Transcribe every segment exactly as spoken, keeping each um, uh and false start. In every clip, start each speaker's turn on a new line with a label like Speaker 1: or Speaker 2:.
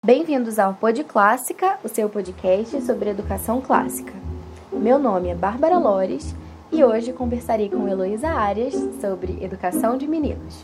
Speaker 1: Bem-vindos ao Pod Clássica, o seu podcast sobre educação clássica. Meu nome é Bárbara Lores e hoje conversarei com Heloísa Arias sobre educação de meninos.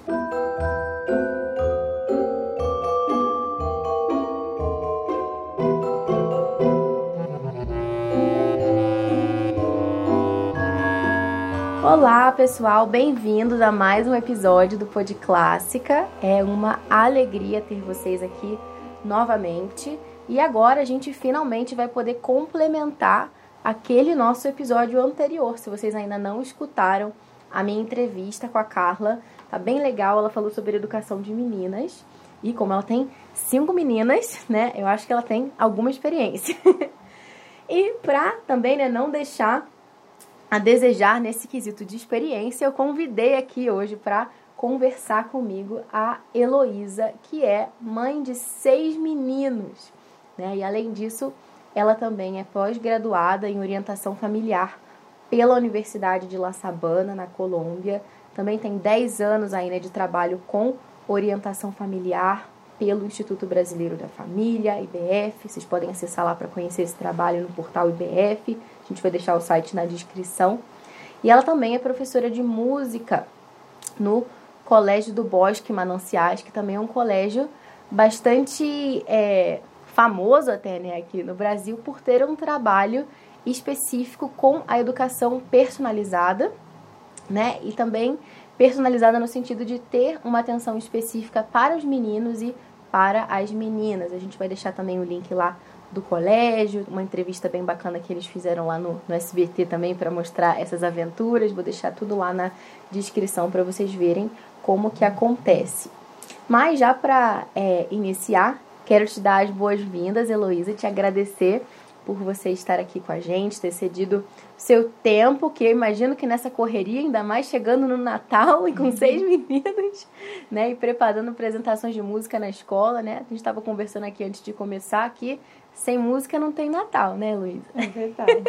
Speaker 1: Olá, pessoal, bem-vindos a mais um episódio do Pod Clássica. É uma alegria ter vocês aqui novamente. E agora a gente finalmente vai poder complementar aquele nosso episódio anterior. Se vocês ainda não escutaram a minha entrevista com a Carla, tá bem legal. Ela falou sobre educação de meninas. E como ela tem cinco meninas, né, eu acho que ela tem alguma experiência. E pra também, né, não deixar a desejar nesse quesito de experiência, eu convidei aqui hoje para conversar comigo a Heloísa, que é mãe de seis meninos, né? E além disso, ela também é pós-graduada em orientação familiar pela Universidade de La Sabana, na Colômbia. Também tem dez anos ainda de trabalho com orientação familiar pelo Instituto Brasileiro da Família, I B F. Vocês podem acessar lá para conhecer esse trabalho no portal I B F. A gente vai deixar o site na descrição. E ela também é professora de música no Colégio do Bosque Mananciais, que também é um colégio bastante é, famoso até, né, aqui no Brasil, por ter um trabalho específico com a educação personalizada, né, e também personalizada no sentido de ter uma atenção específica para os meninos e para as meninas. A gente vai deixar também o link lá do colégio, uma entrevista bem bacana que eles fizeram lá no, no S B T também para mostrar essas aventuras. Vou deixar tudo lá na descrição para vocês verem como que acontece. Mas já para é, iniciar, quero te dar as boas-vindas, Heloísa, te agradecer por você estar aqui com a gente, ter cedido seu tempo, que eu imagino que nessa correria, ainda mais chegando no Natal e com seis meninos, né, e preparando apresentações de música na escola, né, a gente estava conversando aqui antes de começar, que sem música não tem Natal, né, Heloísa?
Speaker 2: É verdade.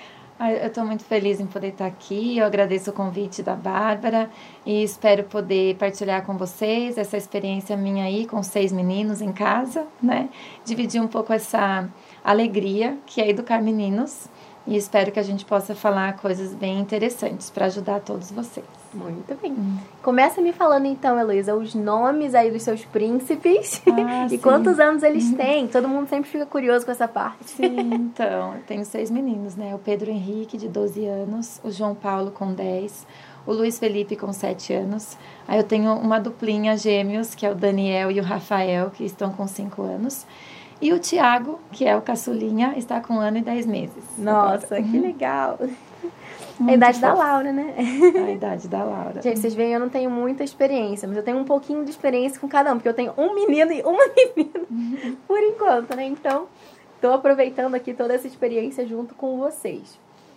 Speaker 2: Eu estou muito feliz em poder estar aqui, eu agradeço o convite da Bárbara e espero poder partilhar com vocês essa experiência minha aí com seis meninos em casa, né? Dividir um pouco essa alegria que é educar meninos e espero que a gente possa falar coisas bem interessantes para ajudar todos vocês.
Speaker 1: Muito bem. Hum. Começa me falando então, Heloísa, os nomes aí dos seus príncipes ah, e sim. Quantos anos eles têm. Todo mundo sempre fica curioso com essa parte.
Speaker 2: Sim, então, eu tenho seis meninos, né? O Pedro Henrique, de doze anos, o João Paulo, com dez, o Luiz Felipe, com sete anos. Aí eu tenho uma duplinha gêmeos, que é o Daniel e o Rafael, que estão com cinco anos. E o Tiago, que é o caçulinha, está com um ano e dez meses.
Speaker 1: Nossa, agora. Que legal! Muito a idade fofo. Da Laura, né?
Speaker 2: A idade da Laura.
Speaker 1: Gente, vocês veem, eu não tenho muita experiência, mas eu tenho um pouquinho de experiência com cada um, porque eu tenho um menino e uma menina, uhum. Por enquanto, né? Então, estou aproveitando aqui toda essa experiência junto com vocês.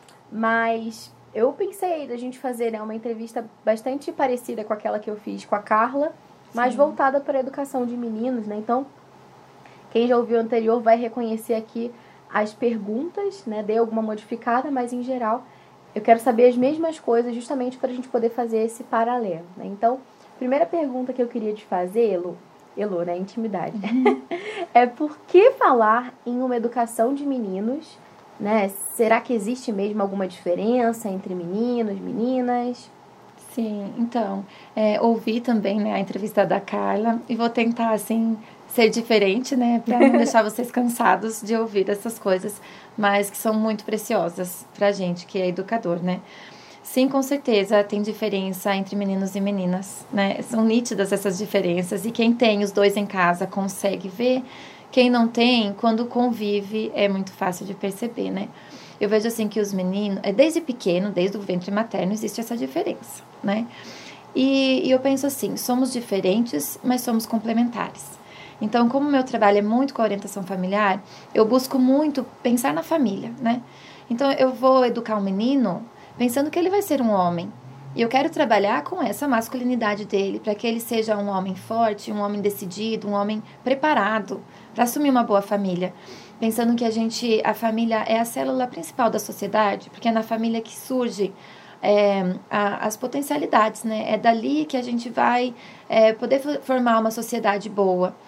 Speaker 1: Mas eu pensei da gente fazer, né, uma entrevista bastante parecida com aquela que eu fiz com a Carla, mas sim, voltada para a educação de meninos, né? Então, quem já ouviu o anterior vai reconhecer aqui as perguntas, né? Dei alguma modificada, mas em geral eu quero saber as mesmas coisas justamente para a gente poder fazer esse paralelo, né? Então, primeira pergunta que eu queria te fazer, Elo, Elo, né? Intimidade. Uhum. É por que falar em uma educação de meninos, né? Será que existe mesmo alguma diferença entre meninos, meninas?
Speaker 2: Sim, então, é, ouvi também, né, a entrevista da Carla e vou tentar, assim, ser diferente, né, para não deixar vocês cansados de ouvir essas coisas, mas que são muito preciosas pra gente, que é educador, né. Sim, com certeza tem diferença entre meninos e meninas, né, são nítidas essas diferenças e quem tem os dois em casa consegue ver, quem não tem, quando convive, é muito fácil de perceber, né. Eu vejo assim que os meninos, desde pequeno, desde o ventre materno, existe essa diferença, né? E, e eu penso assim, somos diferentes, mas somos complementares. Então, como o meu trabalho é muito com a orientação familiar, eu busco muito pensar na família, né? Então, eu vou educar um menino pensando que ele vai ser um homem. E eu quero trabalhar com essa masculinidade dele, para que ele seja um homem forte, um homem decidido, um homem preparado para assumir uma boa família. Pensando que a gente, a família é a célula principal da sociedade, porque é na família que surge é, a, as potencialidades, né? É dali que a gente vai é, poder formar uma sociedade boa.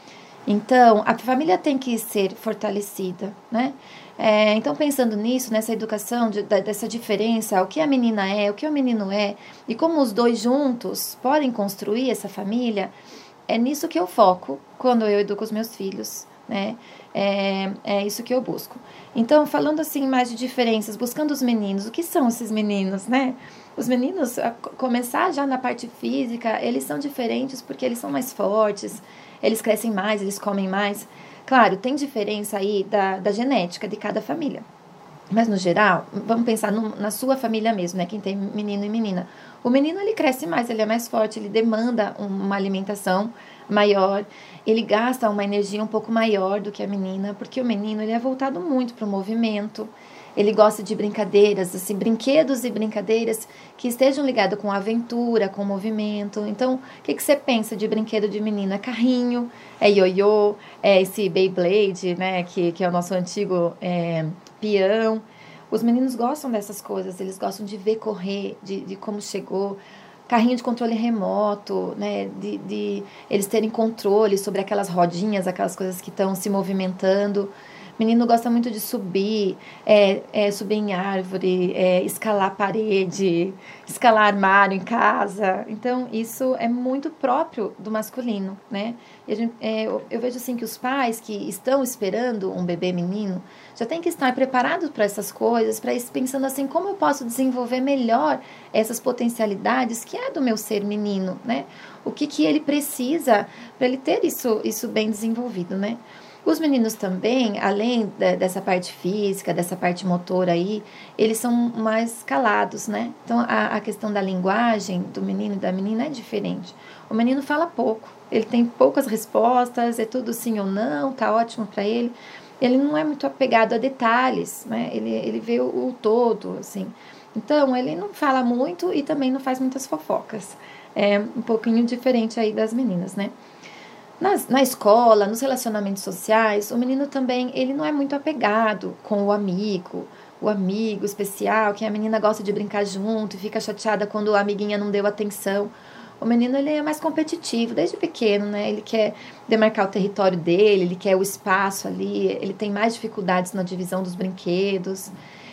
Speaker 2: Então, a família tem que ser fortalecida, né? É, então, pensando nisso, nessa educação, de, da, dessa diferença, o que a menina é, o que o menino é, e como os dois juntos podem construir essa família, é nisso que eu foco quando eu educo os meus filhos, né? É, é isso que eu busco. Então, falando assim mais de diferenças, buscando os meninos, o que são esses meninos, né? Os meninos, a começar já na parte física, eles são diferentes porque eles são mais fortes, eles crescem mais, eles comem mais. Claro, tem diferença aí da, da genética de cada família. Mas, no geral, vamos pensar no, na sua família mesmo, né? Quem tem menino e menina. O menino, ele cresce mais, ele é mais forte, ele demanda uma alimentação maior, ele gasta uma energia um pouco maior do que a menina, porque o menino, ele é voltado muito para o movimento, ele gosta de brincadeiras, assim, brinquedos e brincadeiras que estejam ligados com aventura, com movimento. Então, o que, que você pensa de brinquedo de menino? É carrinho, é ioiô, é esse Beyblade, né, que, que é o nosso antigo é, peão. Os meninos gostam dessas coisas, eles gostam de ver correr, de, de como chegou. Carrinho de controle remoto, né, de, de eles terem controle sobre aquelas rodinhas, aquelas coisas que estão se movimentando. Menino gosta muito de subir, é, é, subir em árvore, é, escalar parede, escalar armário em casa. Então, isso é muito próprio do masculino, né? E a gente, é, eu, eu vejo assim que os pais que estão esperando um bebê menino já tem que estar preparados para essas coisas, para ir pensando assim, como eu posso desenvolver melhor essas potencialidades que é do meu ser menino, né? O que, que ele precisa para ele ter isso, isso bem desenvolvido, né? Os meninos também, além de, dessa parte física, dessa parte motora aí, eles são mais calados, né? Então, a, a questão da linguagem do menino e da menina é diferente. O menino fala pouco, ele tem poucas respostas, é tudo sim ou não, tá ótimo para ele. Ele não é muito apegado a detalhes, né? Ele, ele vê o, o todo, assim. Então, ele não fala muito e também não faz muitas fofocas. É um pouquinho diferente aí das meninas, né? Na, na escola, nos relacionamentos sociais, o menino também, ele não é muito apegado com o amigo, o amigo especial, que a menina gosta de brincar junto e fica chateada quando a amiguinha não deu atenção. O menino, ele é mais competitivo, desde pequeno, né? Ele quer demarcar o território dele, ele quer o espaço ali, ele tem mais dificuldades na divisão dos brinquedos.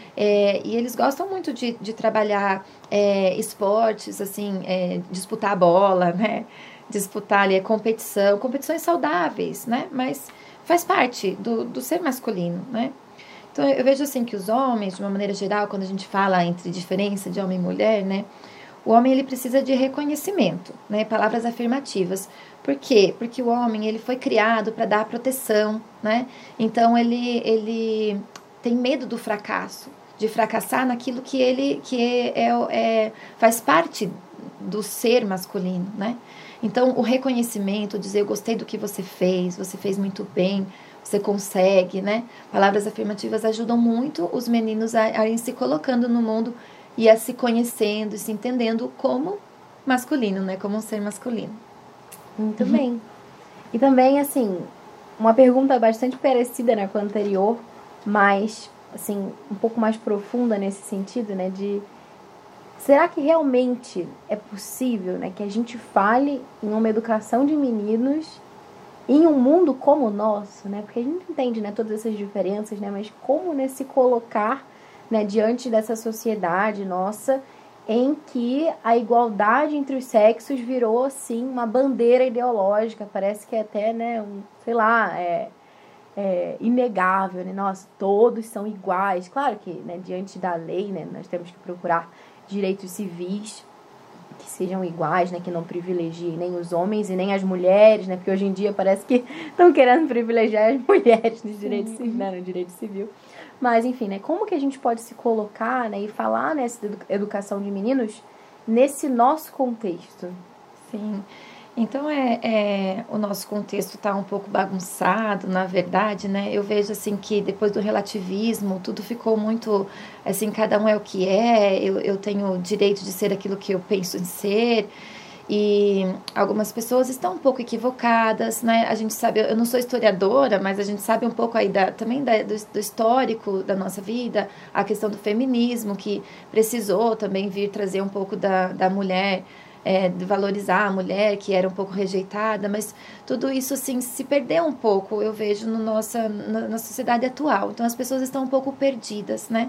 Speaker 2: É, e eles gostam muito de, de trabalhar é, esportes, assim, é, disputar a bola, né? Disputar ali a competição, competições saudáveis, né? Mas faz parte do, do ser masculino, né? Então, eu vejo assim que os homens, de uma maneira geral, quando a gente fala entre diferença de homem e mulher, né? O homem, ele precisa de reconhecimento, né? Palavras afirmativas. Por quê? Porque o homem, ele foi criado para dar proteção, né? Então, ele, ele tem medo do fracasso, de fracassar naquilo que ele que é, é, é, faz parte do ser masculino, né? Então, o reconhecimento, dizer eu gostei do que você fez, você fez muito bem, você consegue, né? Palavras afirmativas ajudam muito os meninos a, a ir se colocando no mundo e a se conhecendo e se entendendo como masculino, né? Como um ser masculino.
Speaker 1: Muito bem. E também, assim, uma pergunta bastante parecida, né, com a anterior, mas, assim, um pouco mais profunda nesse sentido, né, de... Será que realmente é possível, né, que a gente fale em uma educação de meninos em um mundo como o nosso, né? Porque a gente entende, né, todas essas diferenças, né, mas como, né, se colocar, né, diante dessa sociedade nossa em que a igualdade entre os sexos virou, assim, uma bandeira ideológica, parece que é até, né, um, sei lá, é, é inegável, né? Nossa, todos são iguais. Claro que, né, diante da lei, né, nós temos que procurar direitos civis que sejam iguais, né, que não privilegiem nem os homens e nem as mulheres, né, porque hoje em dia parece que estão querendo privilegiar as mulheres no direito civil, né, no direito civil. Mas, enfim, né, como que a gente pode se colocar, né, e falar nessa educação de meninos nesse nosso contexto?
Speaker 2: Sim. Então, é, é, o nosso contexto está um pouco bagunçado, na verdade, né? Eu vejo, assim, que depois do relativismo, tudo ficou muito, assim, cada um é o que é, eu, eu tenho o direito de ser aquilo que eu penso em ser, e algumas pessoas estão um pouco equivocadas, né? A gente sabe, eu não sou historiadora, mas a gente sabe um pouco aí da, também da, do, do histórico da nossa vida, a questão do feminismo, que precisou também vir trazer um pouco da, da mulher é, de valorizar a mulher, que era um pouco rejeitada, mas tudo isso, assim, se perdeu um pouco, eu vejo, no nossa, na, na sociedade atual. Então, as pessoas estão um pouco perdidas, né?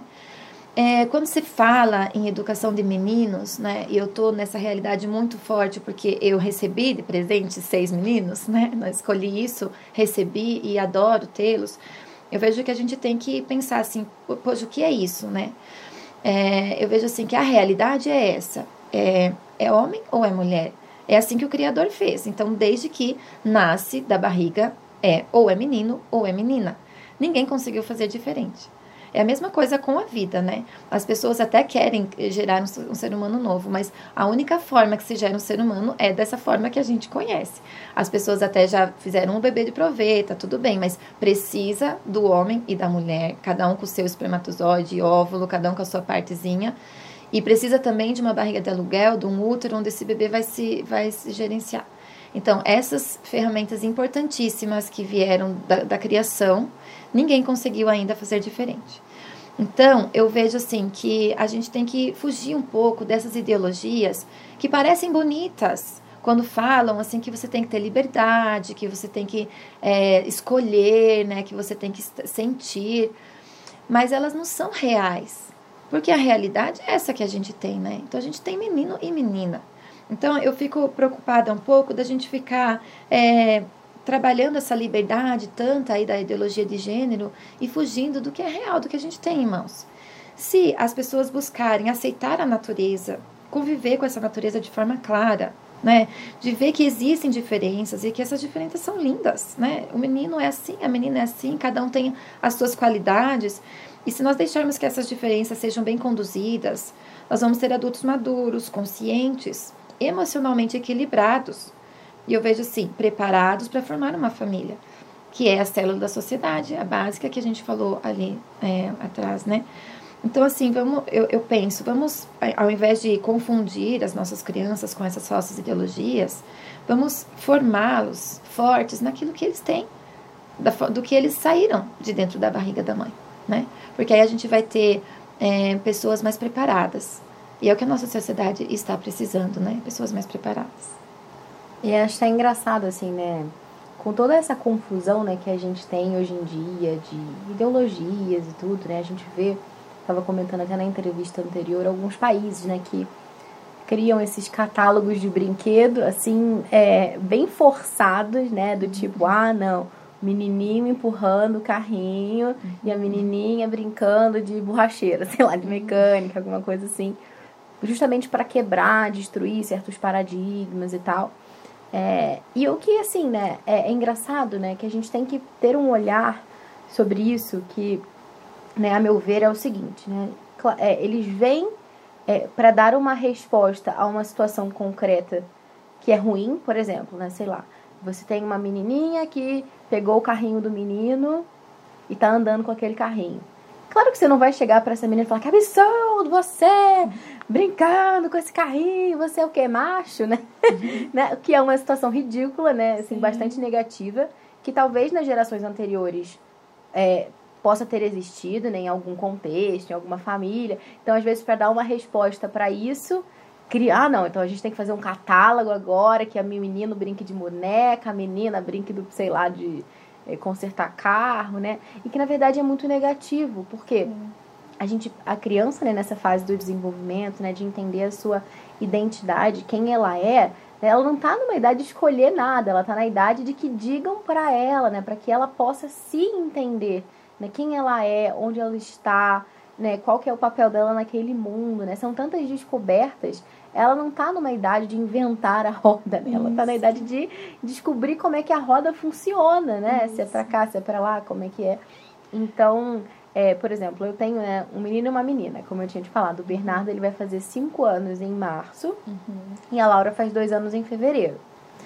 Speaker 2: É, quando se fala em educação de meninos, né, e eu estou nessa realidade muito forte porque eu recebi de presente seis meninos, né, eu escolhi isso, recebi e adoro tê-los, eu vejo que a gente tem que pensar assim, poxa, o que é isso, né? É, eu vejo assim que a realidade é essa, é, é homem ou é mulher? É assim que o Criador fez, então desde que nasce da barriga, é ou é menino ou é menina, ninguém conseguiu fazer diferente. É a mesma coisa com a vida, né? As pessoas até querem gerar um, um ser humano novo, mas a única forma que se gera um ser humano é dessa forma que a gente conhece. As pessoas até já fizeram um bebê de proveta, tudo bem, mas precisa do homem e da mulher, cada um com o seu espermatozoide, óvulo, cada um com a sua partezinha. E precisa também de uma barriga de aluguel, de um útero, onde esse bebê vai se, vai se gerenciar. Então, essas ferramentas importantíssimas que vieram da, da criação, ninguém conseguiu ainda fazer diferente. Então, eu vejo assim que a gente tem que fugir um pouco dessas ideologias que parecem bonitas, quando falam assim que você tem que ter liberdade, que você tem que é, escolher, né, que você tem que sentir, mas elas não são reais, porque a realidade é essa que a gente tem, né? Então, a gente tem menino e menina. Então, eu fico preocupada um pouco da gente ficar é, trabalhando essa liberdade tanta aí da ideologia de gênero e fugindo do que é real, do que a gente tem, irmãos. Se as pessoas buscarem aceitar a natureza, conviver com essa natureza de forma clara, né, de ver que existem diferenças e que essas diferenças são lindas, né? O menino é assim, a menina é assim, cada um tem as suas qualidades. E se nós deixarmos que essas diferenças sejam bem conduzidas, nós vamos ser adultos maduros, conscientes, emocionalmente equilibrados. E eu vejo assim, preparados para formar uma família, que é a célula da sociedade, a básica que a gente falou ali é, atrás, né? Então, assim, vamos, eu, eu penso, vamos, ao invés de confundir as nossas crianças com essas falsas ideologias, vamos formá-los fortes naquilo que eles têm, da, do que eles saíram de dentro da barriga da mãe, né? Porque aí a gente vai ter é, pessoas mais preparadas. E é o que a nossa sociedade está precisando, né? Pessoas mais preparadas.
Speaker 1: E acho que é engraçado, assim, né? Com toda essa confusão, né, que a gente tem hoje em dia de ideologias e tudo, né? A gente vê, estava comentando até na entrevista anterior, alguns países, né, que criam esses catálogos de brinquedo, assim, é, bem forçados, né? Do tipo, ah, não, menininho empurrando o carrinho uhum. e a menininha brincando de borracheira, sei lá, de mecânica, alguma coisa assim. Justamente para quebrar, destruir certos paradigmas e tal. É, e o que, assim, né, é, é engraçado, né, que a gente tem que ter um olhar sobre isso que, né, a meu ver, é o seguinte, né, é, eles vêm é, para dar uma resposta a uma situação concreta que é ruim, por exemplo, né, sei lá, você tem uma menininha que pegou o carrinho do menino e tá andando com aquele carrinho. Claro que você não vai chegar para essa menina e falar que absurdo, você brincando com esse carrinho, você é o quê? Macho, né? Uhum. né? Que é uma situação ridícula, né? Assim, bastante negativa, que talvez nas gerações anteriores é, possa ter existido, né? Em algum contexto, em alguma família. Então, às vezes, para dar uma resposta para isso, criar, ah, não, então a gente tem que fazer um catálogo agora, que a menino brinque de boneca, a menina brinque do, sei lá, de... consertar carro, né? E que na verdade é muito negativo, porque a gente, a criança, né, nessa fase do desenvolvimento, né, de entender a sua identidade, quem ela é, ela não tá numa idade de escolher nada, ela tá na idade de que digam para ela, né, para que ela possa se entender, né, quem ela é, onde ela está, né, qual que é o papel dela naquele mundo, né? São tantas descobertas. Ela não tá numa idade de inventar a roda, né? Ela tá na idade de descobrir como é que a roda funciona, né? Isso. Se é pra cá, se é pra lá, como é que é. Então, é, por exemplo, eu tenho, né, um menino e uma menina, como eu tinha te falado. O Bernardo, ele vai fazer cinco anos em março, uhum. e a Laura faz dois anos em fevereiro.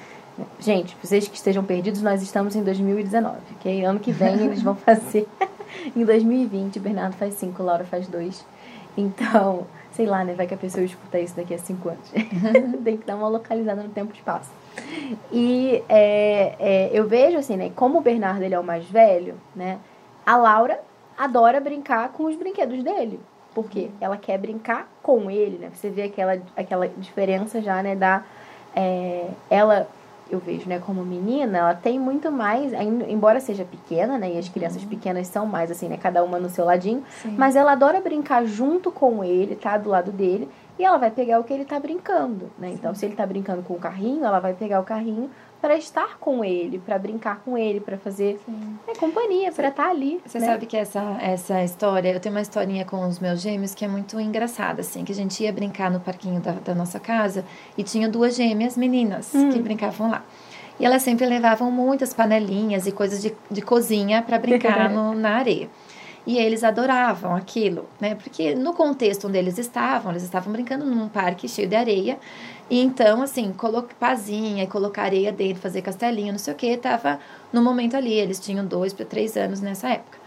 Speaker 1: Gente, vocês que estejam perdidos, nós estamos em dois mil e dezenove, ok? Ano que vem eles vão fazer... Em dois mil e vinte, o Bernardo faz cinco, a Laura faz dois. Então, sei lá, né? Vai que a pessoa escuta isso daqui a cinco anos. Tem que dar uma localizada no tempo e espaço. E é, é, eu vejo, assim, né? Como o Bernardo, ele é o mais velho, né? A Laura adora brincar com os brinquedos dele. Porque ela quer brincar com ele, né? Você vê aquela, aquela diferença já, né? Da, é, ela, eu vejo, né? Como menina, ela tem muito mais, embora seja pequena, né? E as crianças uhum. pequenas são mais assim, né? Cada uma no seu ladinho. Sim. Mas ela adora brincar junto com ele, tá? Do lado dele. E ela vai pegar o que ele tá brincando, né? Então, se ele tá brincando com o carrinho, ela vai pegar o carrinho para estar com ele, para brincar com ele, para fazer né, companhia, para estar ali.
Speaker 2: Você
Speaker 1: né?
Speaker 2: sabe que essa, essa história, eu tenho uma historinha com os meus gêmeos que é muito engraçada, assim, que a gente ia brincar no parquinho da, da nossa casa e tinha duas gêmeas meninas hum. que brincavam lá. E elas sempre levavam muitas panelinhas e coisas de, de cozinha para brincar no, na areia. E eles adoravam aquilo, né? Porque no contexto onde eles estavam, eles estavam brincando num parque cheio de areia. E então, assim, colocar pazinha e colocar areia dentro, fazer castelinho, não sei o que, tava no momento ali. Eles tinham dois para três anos nessa época.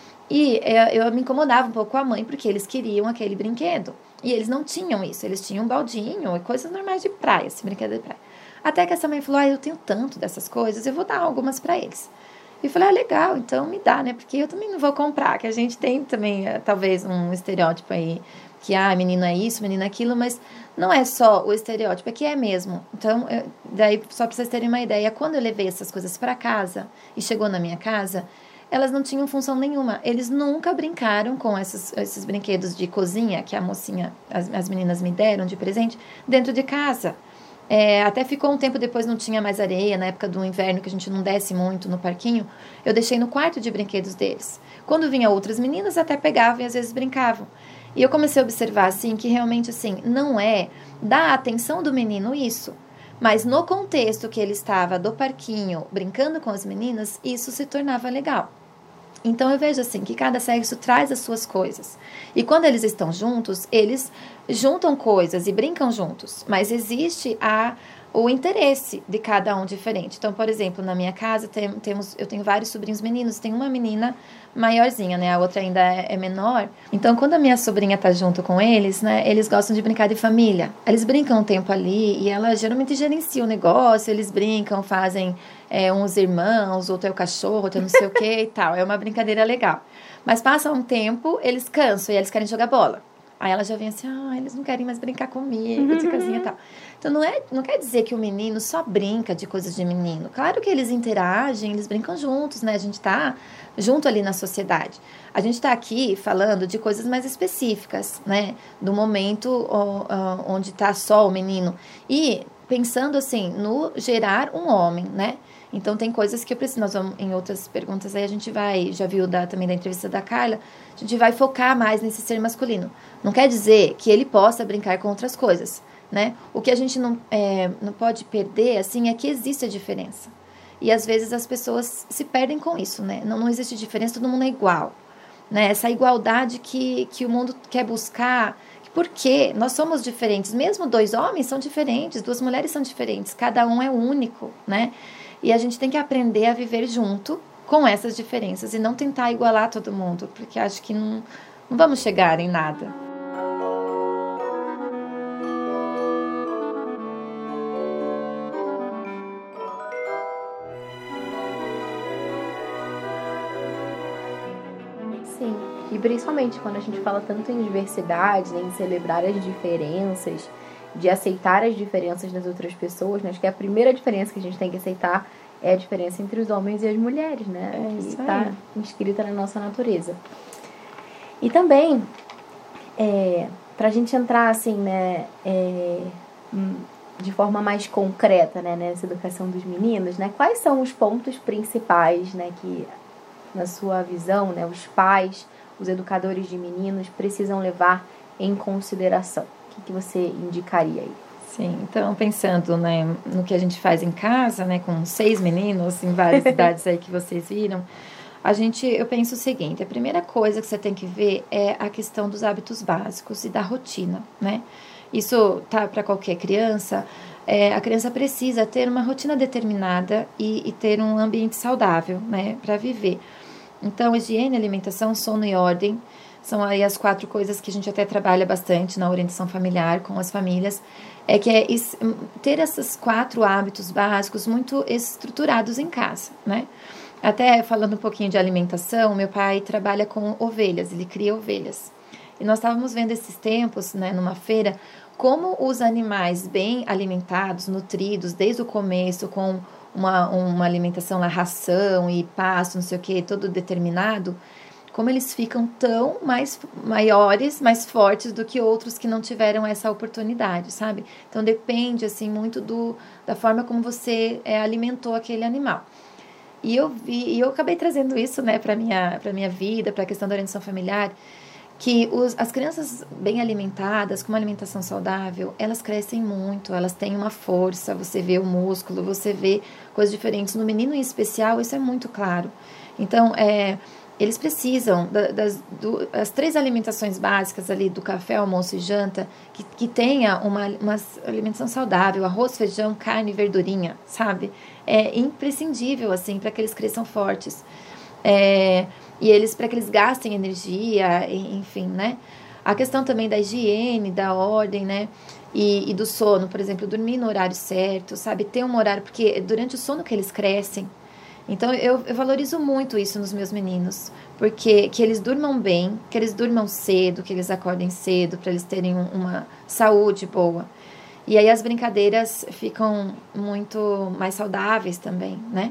Speaker 2: E eu, eu me incomodava um pouco com a mãe, porque eles queriam aquele brinquedo. E eles não tinham isso, eles tinham um baldinho e coisas normais de praia, esse brinquedo de praia. Até que essa mãe falou, ah, eu tenho tanto dessas coisas, eu vou dar algumas para eles. E eu falei, ah, legal, então me dá, né? Porque eu também não vou comprar, que a gente tem também, talvez, um estereótipo aí, que, ah, menina é isso, menina é aquilo, mas não é só o estereótipo, é que é mesmo. Então, eu, daí, só para vocês terem uma ideia, quando eu levei essas coisas para casa, e chegou na minha casa, elas não tinham função nenhuma. Eles nunca brincaram com esses, esses brinquedos de cozinha, que a mocinha, as, as meninas me deram de presente, dentro de casa. É, até ficou um tempo depois, não tinha mais areia, na época do inverno, que a gente não desce muito no parquinho, eu deixei no quarto de brinquedos deles. Quando vinha outras meninas, até pegavam e às vezes brincavam. E eu comecei a observar, assim, que realmente, assim, não é da atenção do menino isso, mas no contexto que ele estava do parquinho, brincando com as meninas, isso se tornava legal. Então, eu vejo assim, que cada sexo traz as suas coisas. E quando eles estão juntos, eles juntam coisas e brincam juntos. Mas existe a, o interesse de cada um diferente. Então, por exemplo, na minha casa, tem, temos, eu tenho vários sobrinhos meninos. Tem uma menina maiorzinha, né? A outra ainda é, é menor. Então, quando a minha sobrinha tá junto com eles, né? Eles gostam de brincar de família. Eles brincam um tempo ali e ela geralmente gerencia o negócio. Eles brincam, fazem... É, uns irmãos, outro é o cachorro, outro é não sei o que e tal. É uma brincadeira legal. Mas passa um tempo, eles cansam e eles querem jogar bola. Aí ela já vem assim, ah, eles não querem mais brincar comigo, de casinha e tal. Então, não, é, não quer dizer que o menino só brinca de coisas de menino. Claro que eles interagem, eles brincam juntos, né? A gente tá junto ali na sociedade. A gente tá aqui falando de coisas mais específicas, né? Do momento onde tá só o menino. E pensando, assim, no gerar um homem, né? Então, tem coisas que eu preciso, nós vamos, em outras perguntas aí, a gente vai, já viu da, também da entrevista da Carla, a gente vai focar mais nesse ser masculino. Não quer dizer que ele possa brincar com outras coisas, né? O que a gente não, é, não pode perder, assim, é que existe a diferença. E, às vezes, as pessoas se perdem com isso, né? Não, não existe diferença, todo mundo é igual, né? Essa igualdade que, que o mundo quer buscar, porque nós somos diferentes. Mesmo dois homens são diferentes, duas mulheres são diferentes, cada um é único, né? E a gente tem que aprender a viver junto com essas diferenças e não tentar igualar todo mundo, porque acho que não, não vamos chegar em nada.
Speaker 1: Sim, e principalmente quando a gente fala tanto em diversidade, né, em celebrar as diferenças, de aceitar as diferenças das outras pessoas, né? Acho que a primeira diferença que a gente tem que aceitar é a diferença entre os homens e as mulheres, né?
Speaker 2: É isso
Speaker 1: que está
Speaker 2: aí.
Speaker 1: inscrita na nossa natureza. E também, é, para a gente entrar assim, né, é, de forma mais concreta, né, nessa educação dos meninos, né? Quais são os pontos principais, né, que na sua visão, né, os pais, os educadores de meninos precisam levar em consideração? O que, que você indicaria aí?
Speaker 2: Sim, então pensando, né, no que a gente faz em casa, né, com seis meninos em várias idades aí que vocês viram, a gente, eu penso o seguinte, a primeira coisa que você tem que ver é a questão dos hábitos básicos e da rotina, né? Isso tá para qualquer criança, é, a criança precisa ter uma rotina determinada e, e ter um ambiente saudável, né, para viver. Então, higiene, alimentação, sono e ordem são aí as quatro coisas que a gente até trabalha bastante na orientação familiar com as famílias, é que é ter esses quatro hábitos básicos muito estruturados em casa, né? Até falando um pouquinho de alimentação, meu pai trabalha com ovelhas, ele cria ovelhas. E nós estávamos vendo esses tempos, né, numa feira, como os animais bem alimentados, nutridos, desde o começo, com uma, uma alimentação lá, ração e pasto, não sei o que, todo determinado, como eles ficam tão mais maiores, mais fortes do que outros que não tiveram essa oportunidade, sabe? Então, depende, assim, muito do, da forma como você é, alimentou aquele animal. E eu vi, e eu acabei trazendo isso, né, para minha, para minha vida, para a questão da orientação familiar, que os, as crianças bem alimentadas, com uma alimentação saudável, elas crescem muito, elas têm uma força, você vê o músculo, você vê coisas diferentes. No menino em especial, isso é muito claro. Então, é, eles precisam da, das do, as três alimentações básicas ali, do café, almoço e janta, que, que tenha uma, uma alimentação saudável, arroz, feijão, carne e verdurinha, sabe? É imprescindível, assim, para que eles cresçam fortes. É... E eles, para que eles gastem energia, enfim, né? A questão também da higiene, da ordem, né? E, e do sono, por exemplo, dormir no horário certo, sabe? Ter um horário, porque é durante o sono que eles crescem. Então, eu, eu valorizo muito isso nos meus meninos, porque que eles durmam bem, que eles durmam cedo, que eles acordem cedo, para eles terem uma saúde boa. E aí as brincadeiras ficam muito mais saudáveis também, né?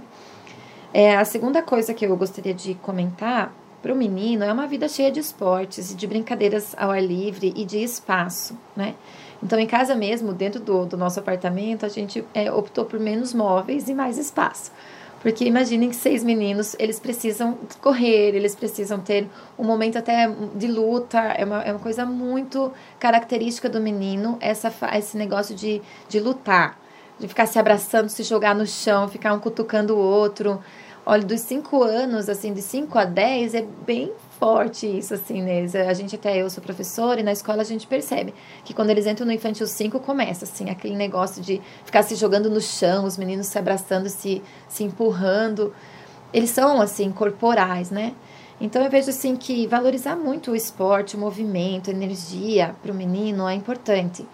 Speaker 2: É, a segunda coisa que eu gostaria de comentar para o menino é uma vida cheia de esportes e de brincadeiras ao ar livre e de espaço, né? Então, em casa mesmo, dentro do, do nosso apartamento, a gente é, optou por menos móveis e mais espaço. Porque imaginem que seis meninos, eles precisam correr, eles precisam ter um momento até de luta, é uma, é uma coisa muito característica do menino, essa, esse negócio de, de lutar, de ficar se abraçando, se jogar no chão, ficar um cutucando o outro. Olha, dos cinco anos, assim, de cinco a dez, é bem forte isso, assim, né? A gente, até eu sou professora, e na escola a gente percebe que quando eles entram no infantil cinco, começa, assim, aquele negócio de ficar se jogando no chão, os meninos se abraçando, se, se empurrando. Eles são, assim, corporais, né? Então, eu vejo, assim, que valorizar muito o esporte, o movimento, a energia para o menino é importante.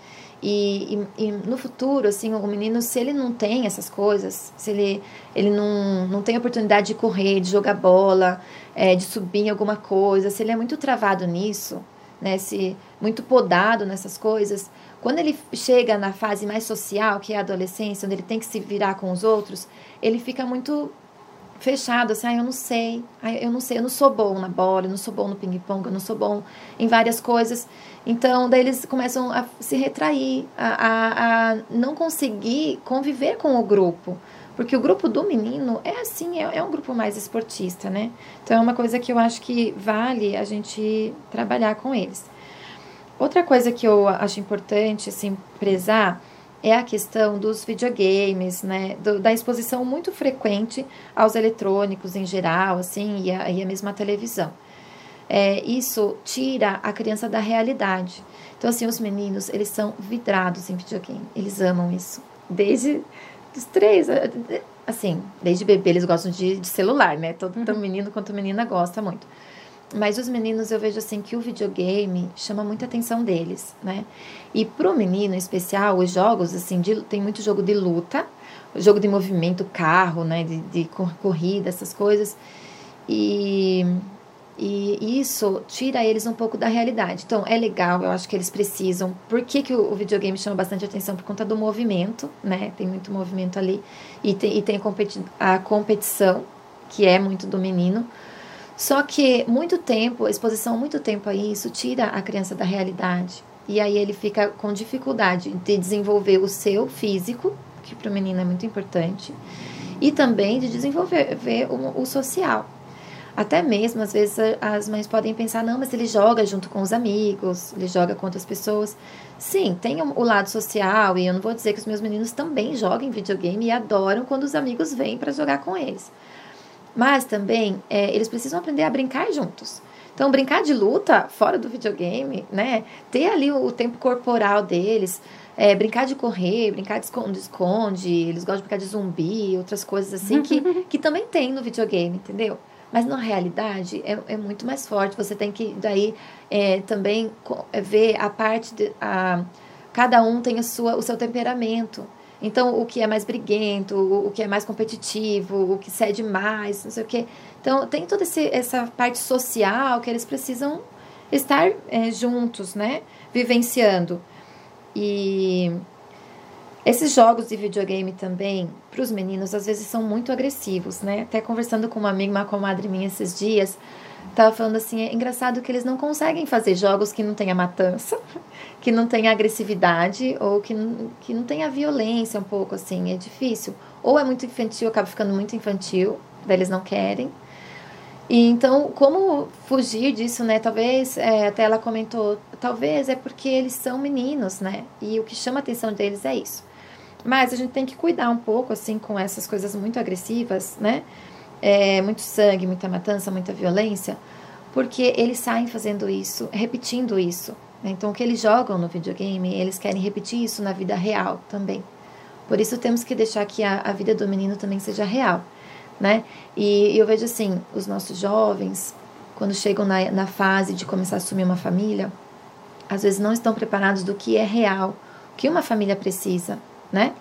Speaker 2: E, e, e no futuro, assim, o menino, se ele não tem essas coisas, se ele, ele não, não tem oportunidade de correr, de jogar bola, é, de subir em alguma coisa, se ele é muito travado nisso, né, se muito podado nessas coisas, quando ele chega na fase mais social, que é a adolescência, onde ele tem que se virar com os outros, ele fica muito fechado, assim, ah, eu não sei, ah, eu não sei, eu não sou bom na bola, eu não sou bom no ping-pong, eu não sou bom em várias coisas. Então, daí eles começam a se retrair, a, a, a não conseguir conviver com o grupo. Porque o grupo do menino é assim, é, é um grupo mais esportista, né? Então, é uma coisa que eu acho que vale a gente trabalhar com eles. Outra coisa que eu acho importante, assim, prezar é a questão dos videogames, né? Do, da exposição muito frequente aos eletrônicos em geral, assim, e a, e a mesma televisão. É, isso tira a criança da realidade. Então, assim, os meninos, eles são vidrados em videogame. Eles amam isso. Desde os três, assim, desde bebê eles gostam de, de celular, né? Todo, tanto menino quanto menina gosta muito. Mas os meninos, eu vejo, assim, que o videogame chama muita atenção deles, né? E pro menino, em especial, os jogos, assim, de, tem muito jogo de luta, jogo de movimento, carro, né? De, de corrida, essas coisas. E... E isso tira eles um pouco da realidade. Então, é legal, eu acho que eles precisam. Por que, que o videogame chama bastante atenção? Por conta do movimento, né? Tem muito movimento ali. E tem, e tem a, competi- a competição, que é muito do menino. Só que muito tempo, a exposição muito tempo a isso, tira a criança da realidade. E aí ele fica com dificuldade de desenvolver o seu físico, que para o menino é muito importante. E também de desenvolver o, o social. Até mesmo, às vezes, as mães podem pensar, não, mas ele joga junto com os amigos, ele joga com outras pessoas. Sim, tem o lado social, e eu não vou dizer que os meus meninos também jogam videogame e adoram quando os amigos vêm para jogar com eles. Mas também, é, eles precisam aprender a brincar juntos. Então, brincar de luta fora do videogame, né? Ter ali o, o tempo corporal deles, é, brincar de correr, brincar de esconde-esconde, eles gostam de brincar de zumbi, outras coisas assim, que, que também tem no videogame, entendeu? Mas na realidade é, é muito mais forte. Você tem que daí é, também ver a parte de, a, cada um tem a sua, o seu temperamento. Então, o que é mais briguento, o, o que é mais competitivo, o que cede mais, não sei o quê. Então, tem toda esse, essa parte social que eles precisam estar é, juntos, né? Vivenciando. E esses jogos de videogame também, para os meninos, às vezes são muito agressivos, né? Até conversando com uma amiga, uma comadre minha esses dias, tava falando assim, é engraçado que eles não conseguem fazer jogos que não tenha matança, que não tenha agressividade, ou que não, que não tenha violência um pouco, assim, é difícil. Ou é muito infantil, acaba ficando muito infantil, daí eles não querem. E então, como fugir disso, né? Talvez, é, até ela comentou, talvez é porque eles são meninos, né? E o que chama a atenção deles é isso. Mas a gente tem que cuidar um pouco, assim, com essas coisas muito agressivas, né? É, muito sangue, muita matança, muita violência, porque eles saem fazendo isso, repetindo isso, né? Então, o que eles jogam no videogame, eles querem repetir isso na vida real também. Por isso, temos que deixar que a, a vida do menino também seja real, né? E, e eu vejo assim, os nossos jovens, quando chegam na, na fase de começar a assumir uma família, às vezes não estão preparados do que é real, o que uma família precisa, né?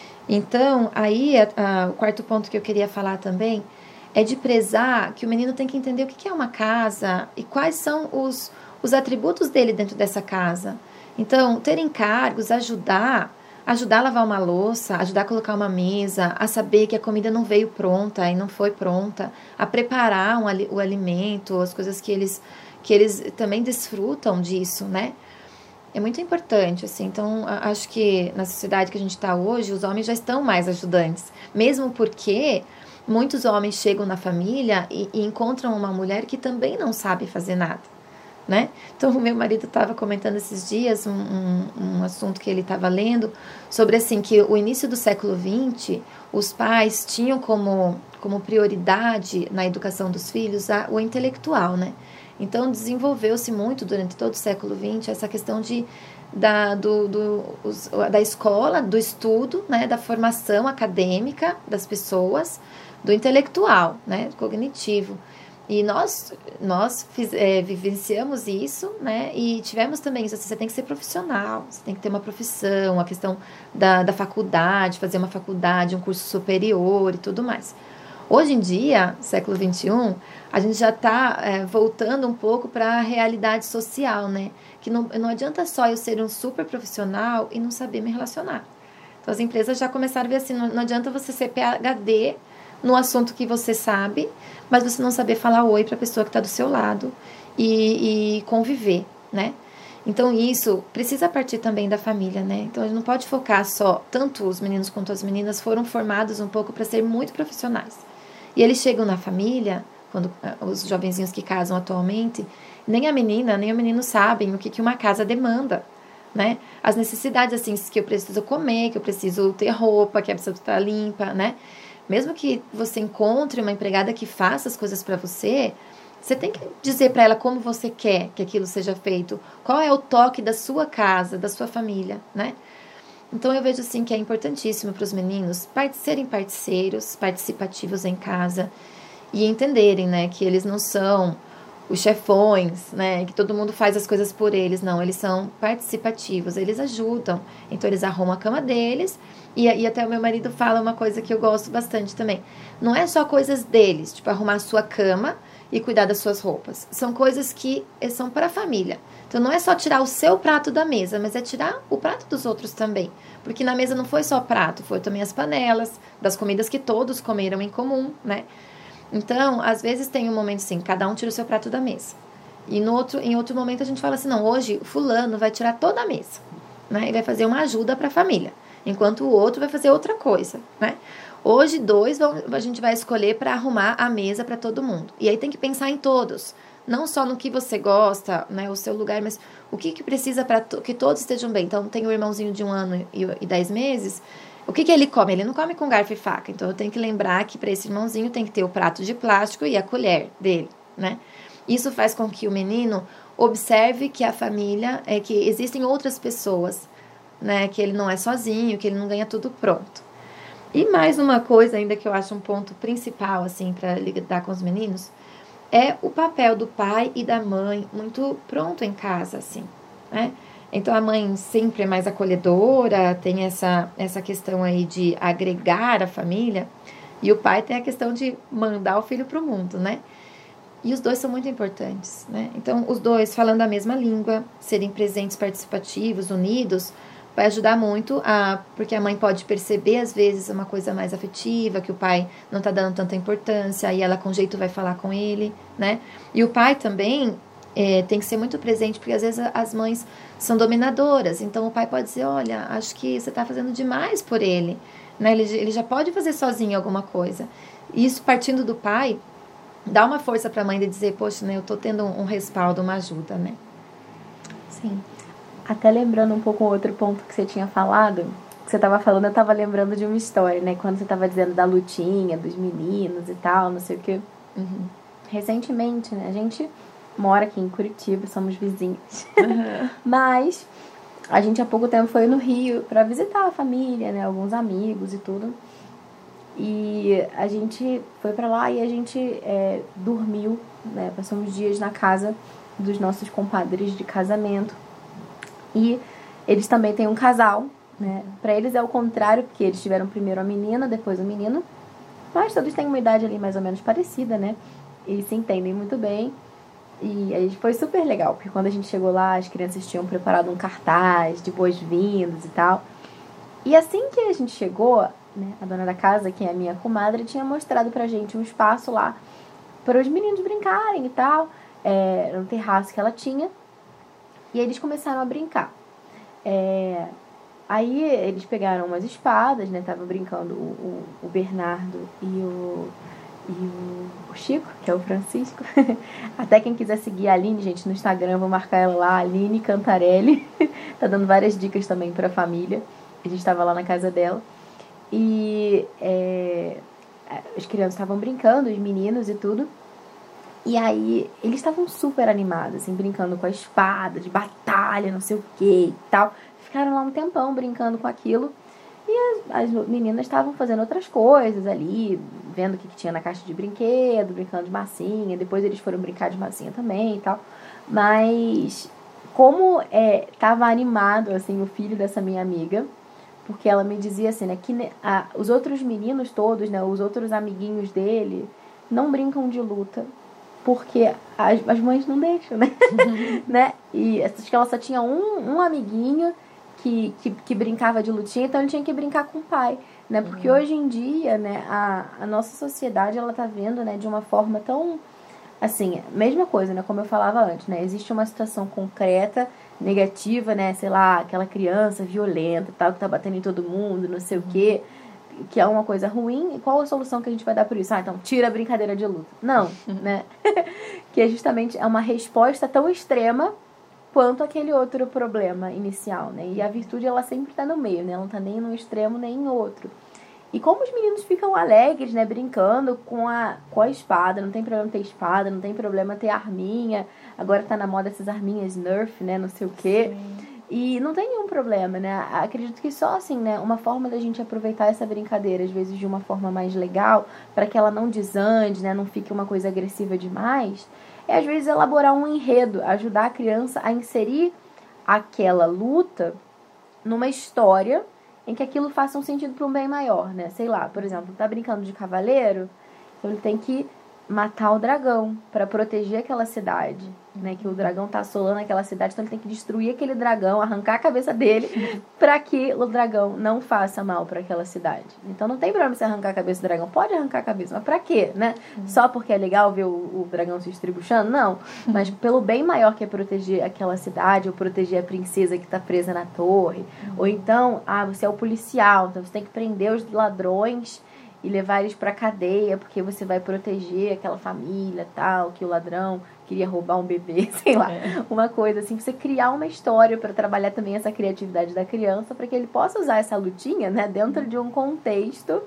Speaker 2: Então, aí, a, a, o quarto ponto que eu queria falar também é de prezar que o menino tem que entender o que é uma casa e quais são os, os atributos dele dentro dessa casa. Então, ter encargos, ajudar, ajudar a lavar uma louça, ajudar a colocar uma mesa, a saber que a comida não veio pronta e não foi pronta, a preparar um, o alimento, as coisas que eles, que eles também desfrutam disso, né? É muito importante, assim. Então, acho que na sociedade que a gente está hoje, os homens já estão mais ajudantes, mesmo porque muitos homens chegam na família e, e encontram uma mulher que também não sabe fazer nada, né? Então, o meu marido estava comentando esses dias um, um, um assunto que ele estava lendo sobre, assim, que o início do século vinte, os pais tinham como, como prioridade na educação dos filhos a, o intelectual, né? Então, desenvolveu-se muito durante todo o século vinte essa questão de, da, do, do, os, da escola, do estudo, né? Da formação acadêmica das pessoas, do intelectual, né, cognitivo. E nós, nós fiz, é, vivenciamos isso, né, e tivemos também isso, assim, você tem que ser profissional, você tem que ter uma profissão, a questão da, da faculdade, fazer uma faculdade, um curso superior e tudo mais. Hoje em dia, século vinte e um, a gente já está é, voltando um pouco para a realidade social, né, que não, não adianta só eu ser um super profissional e não saber me relacionar. Então, as empresas já começaram a ver assim, não, não adianta você ser P H D no assunto que você sabe, mas você não saber falar oi para a pessoa que está do seu lado e, e conviver, né? Então, isso precisa partir também da família, né? Então, a gente não pode focar só, tanto os meninos quanto as meninas foram formados um pouco para ser muito profissionais. E eles chegam na família, quando os jovenzinhos que casam atualmente, nem a menina, nem o menino sabem o que, que uma casa demanda, né? As necessidades, assim, que eu preciso comer, que eu preciso ter roupa, que a pessoa está limpa, né? Mesmo que você encontre uma empregada que faça as coisas para você, você tem que dizer para ela como você quer que aquilo seja feito, qual é o toque da sua casa, da sua família, né? Então, eu vejo, assim, que é importantíssimo para os meninos serem parceiros, participativos em casa e entenderem, né, que eles não são os chefões, né, que todo mundo faz as coisas por eles, não, eles são participativos, eles ajudam, então eles arrumam a cama deles. E, e até o meu marido fala uma coisa que eu gosto bastante também. Não é só coisas deles, tipo arrumar a sua cama e cuidar das suas roupas. São coisas que são para a família. Então não é só tirar o seu prato da mesa, mas é tirar o prato dos outros também. Porque na mesa não foi só prato, foi também as panelas, das comidas que todos comeram em comum, né? Então, às vezes tem um momento assim, cada um tira o seu prato da mesa. E no outro, em outro momento a gente fala assim, não, hoje fulano vai tirar toda a mesa, né? E vai fazer uma ajuda para a família. Enquanto o outro vai fazer outra coisa, né? Hoje, dois vão, a gente vai escolher para arrumar a mesa para todo mundo. E aí tem que pensar em todos. Não só no que você gosta, né? O seu lugar, mas o que, que precisa para to- que todos estejam bem. Então, tem o irmãozinho de um ano e, e dez meses. O que, que ele come? Ele não come com garfo e faca. Então, eu tenho que lembrar que para esse irmãozinho tem que ter o prato de plástico e a colher dele, né? Isso faz com que o menino observe que a família, é que existem outras pessoas, né, que ele não é sozinho, que ele não ganha tudo pronto. E mais uma coisa ainda que eu acho um ponto principal, assim, para lidar com os meninos, é o papel do pai e da mãe muito pronto em casa, assim, né? Então, a mãe sempre é mais acolhedora, tem essa, essa questão aí de agregar a família, e o pai tem a questão de mandar o filho para o mundo, né? E os dois são muito importantes, né? Então, os dois falando a mesma língua, serem presentes, participativos, unidos, vai ajudar muito, a, porque a mãe pode perceber, às vezes, uma coisa mais afetiva, que o pai não está dando tanta importância, aí ela com jeito vai falar com ele, né? E o pai também é, tem que ser muito presente, porque às vezes as mães são dominadoras, então o pai pode dizer, olha, acho que você está fazendo demais por ele, né? Ele, ele já pode fazer sozinho alguma coisa. Isso partindo do pai, dá uma força para a mãe de dizer, poxa, né, eu estou tendo um, um respaldo, uma ajuda, né?
Speaker 1: Sim. Até lembrando um pouco outro ponto que você tinha falado, que você estava falando, eu estava lembrando de uma história, né? Quando você estava dizendo da lutinha, dos meninos e tal, não sei o quê.
Speaker 2: Uhum.
Speaker 1: Recentemente, né? A gente mora aqui em Curitiba, somos vizinhos. Uhum. Mas a gente há pouco tempo foi no Rio para visitar a família, né? Alguns amigos e tudo. E a gente foi pra lá e a gente é, dormiu, né? Passamos dias na casa dos nossos compadres de casamento. E eles também têm um casal, né? Pra eles é o contrário, porque eles tiveram primeiro a menina, depois o menino. Mas todos têm uma idade ali mais ou menos parecida, né? Eles se entendem muito bem. E a gente foi super legal, porque quando a gente chegou lá, as crianças tinham preparado um cartaz de boas-vindas e tal. E assim que a gente chegou, né, a dona da casa, que é a minha comadre, tinha mostrado pra gente um espaço lá para os meninos brincarem e tal, é, um terraço que ela tinha, e eles começaram a brincar. É, aí eles pegaram umas espadas, né, estavam brincando o, o, o Bernardo e o, e o, o Chico, que é o Francisco. Até quem quiser seguir a Aline, gente, no Instagram, eu vou marcar ela lá, Aline Cantarelli. Tá dando várias dicas também pra família. A gente estava lá na casa dela. E é, as crianças estavam brincando, os meninos e tudo. E aí, eles estavam super animados, assim, brincando com a espada, de batalha, não sei o que e tal. Ficaram lá um tempão brincando com aquilo. E as, as meninas estavam fazendo outras coisas ali, vendo o que, que tinha na caixa de brinquedo, brincando de massinha. Depois eles foram brincar de massinha também e tal. Mas, como é, tava animado, assim, o filho dessa minha amiga... Porque ela me dizia assim, né, que a, os outros meninos todos, né, os outros amiguinhos dele, não brincam de luta, porque as, as mães não deixam, né? né? E acho que ela só tinha um, um amiguinho que, que, que brincava de lutinha, então ele tinha que brincar com o pai, né? Porque uhum. hoje em dia, né, a, a nossa sociedade, ela tá vendo, né, de uma forma tão... Assim, mesma coisa, né, como eu falava antes, né, existe uma situação concreta, negativa, né, sei lá, aquela criança violenta, tal, que tá batendo em todo mundo, não sei uhum. o quê, que é uma coisa ruim, e qual a solução que a gente vai dar por isso? Ah, então, tira a brincadeira de luta. Não, uhum. né, que é justamente é uma resposta tão extrema quanto aquele outro problema inicial, né, e a virtude, ela sempre tá no meio, né, ela não tá nem num extremo, nem em outro. E como os meninos ficam alegres, né, brincando com a, com a espada, não tem problema ter espada, não tem problema ter arminha, agora tá na moda essas arminhas Nerf, né, não sei o quê, Sim. e não tem nenhum problema, né, acredito que só assim, né, uma forma da gente aproveitar essa brincadeira, às vezes de uma forma mais legal, para que ela não desande, né, não fique uma coisa agressiva demais, é às vezes elaborar um enredo, ajudar a criança a inserir aquela luta numa história em que aquilo faça um sentido para um bem maior, né? Sei lá, por exemplo, tá brincando de cavaleiro, então ele tem que matar o dragão para proteger aquela cidade, né? Que o dragão tá assolando aquela cidade, então ele tem que destruir aquele dragão, arrancar a cabeça dele para que o dragão não faça mal para aquela cidade. Então não tem problema você arrancar a cabeça do dragão, pode arrancar a cabeça, mas para quê, né? Uhum. Só porque é legal ver o, o dragão se estribuchando? Não, mas pelo bem maior que é proteger aquela cidade, ou proteger a princesa que tá presa na torre, uhum. ou então, ah, você é o policial, então você tem que prender os ladrões e levar eles pra cadeia, porque você vai proteger aquela família, tal, que o ladrão queria roubar um bebê, sei lá, é. uma coisa assim, você criar uma história para trabalhar também essa criatividade da criança, para que ele possa usar essa lutinha, né, dentro de um contexto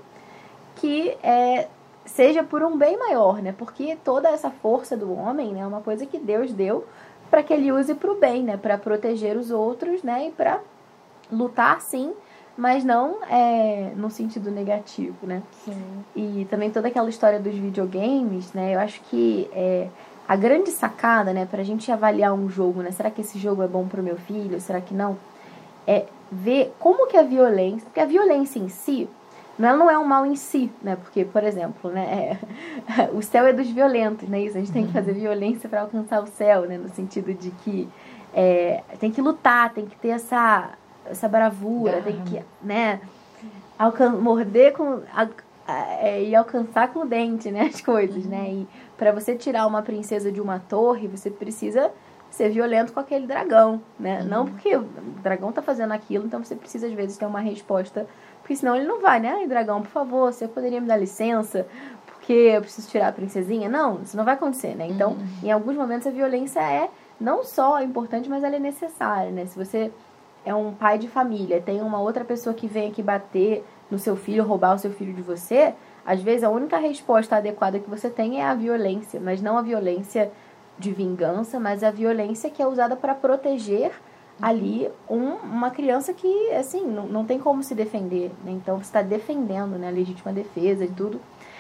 Speaker 1: que é, seja por um bem maior, né, porque toda essa força do homem, né, é uma coisa que Deus deu para que ele use pro bem, né, para proteger os outros, né, e para lutar, sim, mas não é, no sentido negativo, né? Sim. E também toda aquela história dos videogames, né? Eu acho que é, a grande sacada, né, pra gente avaliar um jogo, né? Será que esse jogo é bom pro meu filho? Será que não? É ver como que a violência... Porque a violência em si Ela não é um mal em si, né? Porque, por exemplo, né? É, o céu é dos violentos, né? Isso, a gente tem que fazer violência para alcançar o céu, né? No sentido de que é, tem que lutar, tem que ter essa, essa bravura, tem que, né? Alcan morder com... A, é, e alcançar com o dente, né? As coisas, uhum. né? E para você tirar uma princesa de uma torre, você precisa ser violento com aquele dragão, né? Uhum. Não porque o dragão tá fazendo aquilo, então você precisa, às vezes, ter uma resposta... Porque senão ele não vai, né? Ai, dragão, por favor, você poderia me dar licença? Porque eu preciso tirar a princesinha? Não, isso não vai acontecer, né? Então, uhum. em alguns momentos a violência é não só importante, mas ela é necessária, né? Se você é um pai de família, tem uma outra pessoa que vem aqui bater no seu filho, roubar o seu filho de você, às vezes a única resposta adequada que você tem é a violência, mas não a violência de vingança, mas a violência que é usada para proteger ali um, uma criança que, assim, não, não tem como se defender, né? Então, você está defendendo, né, a legítima defesa e tudo.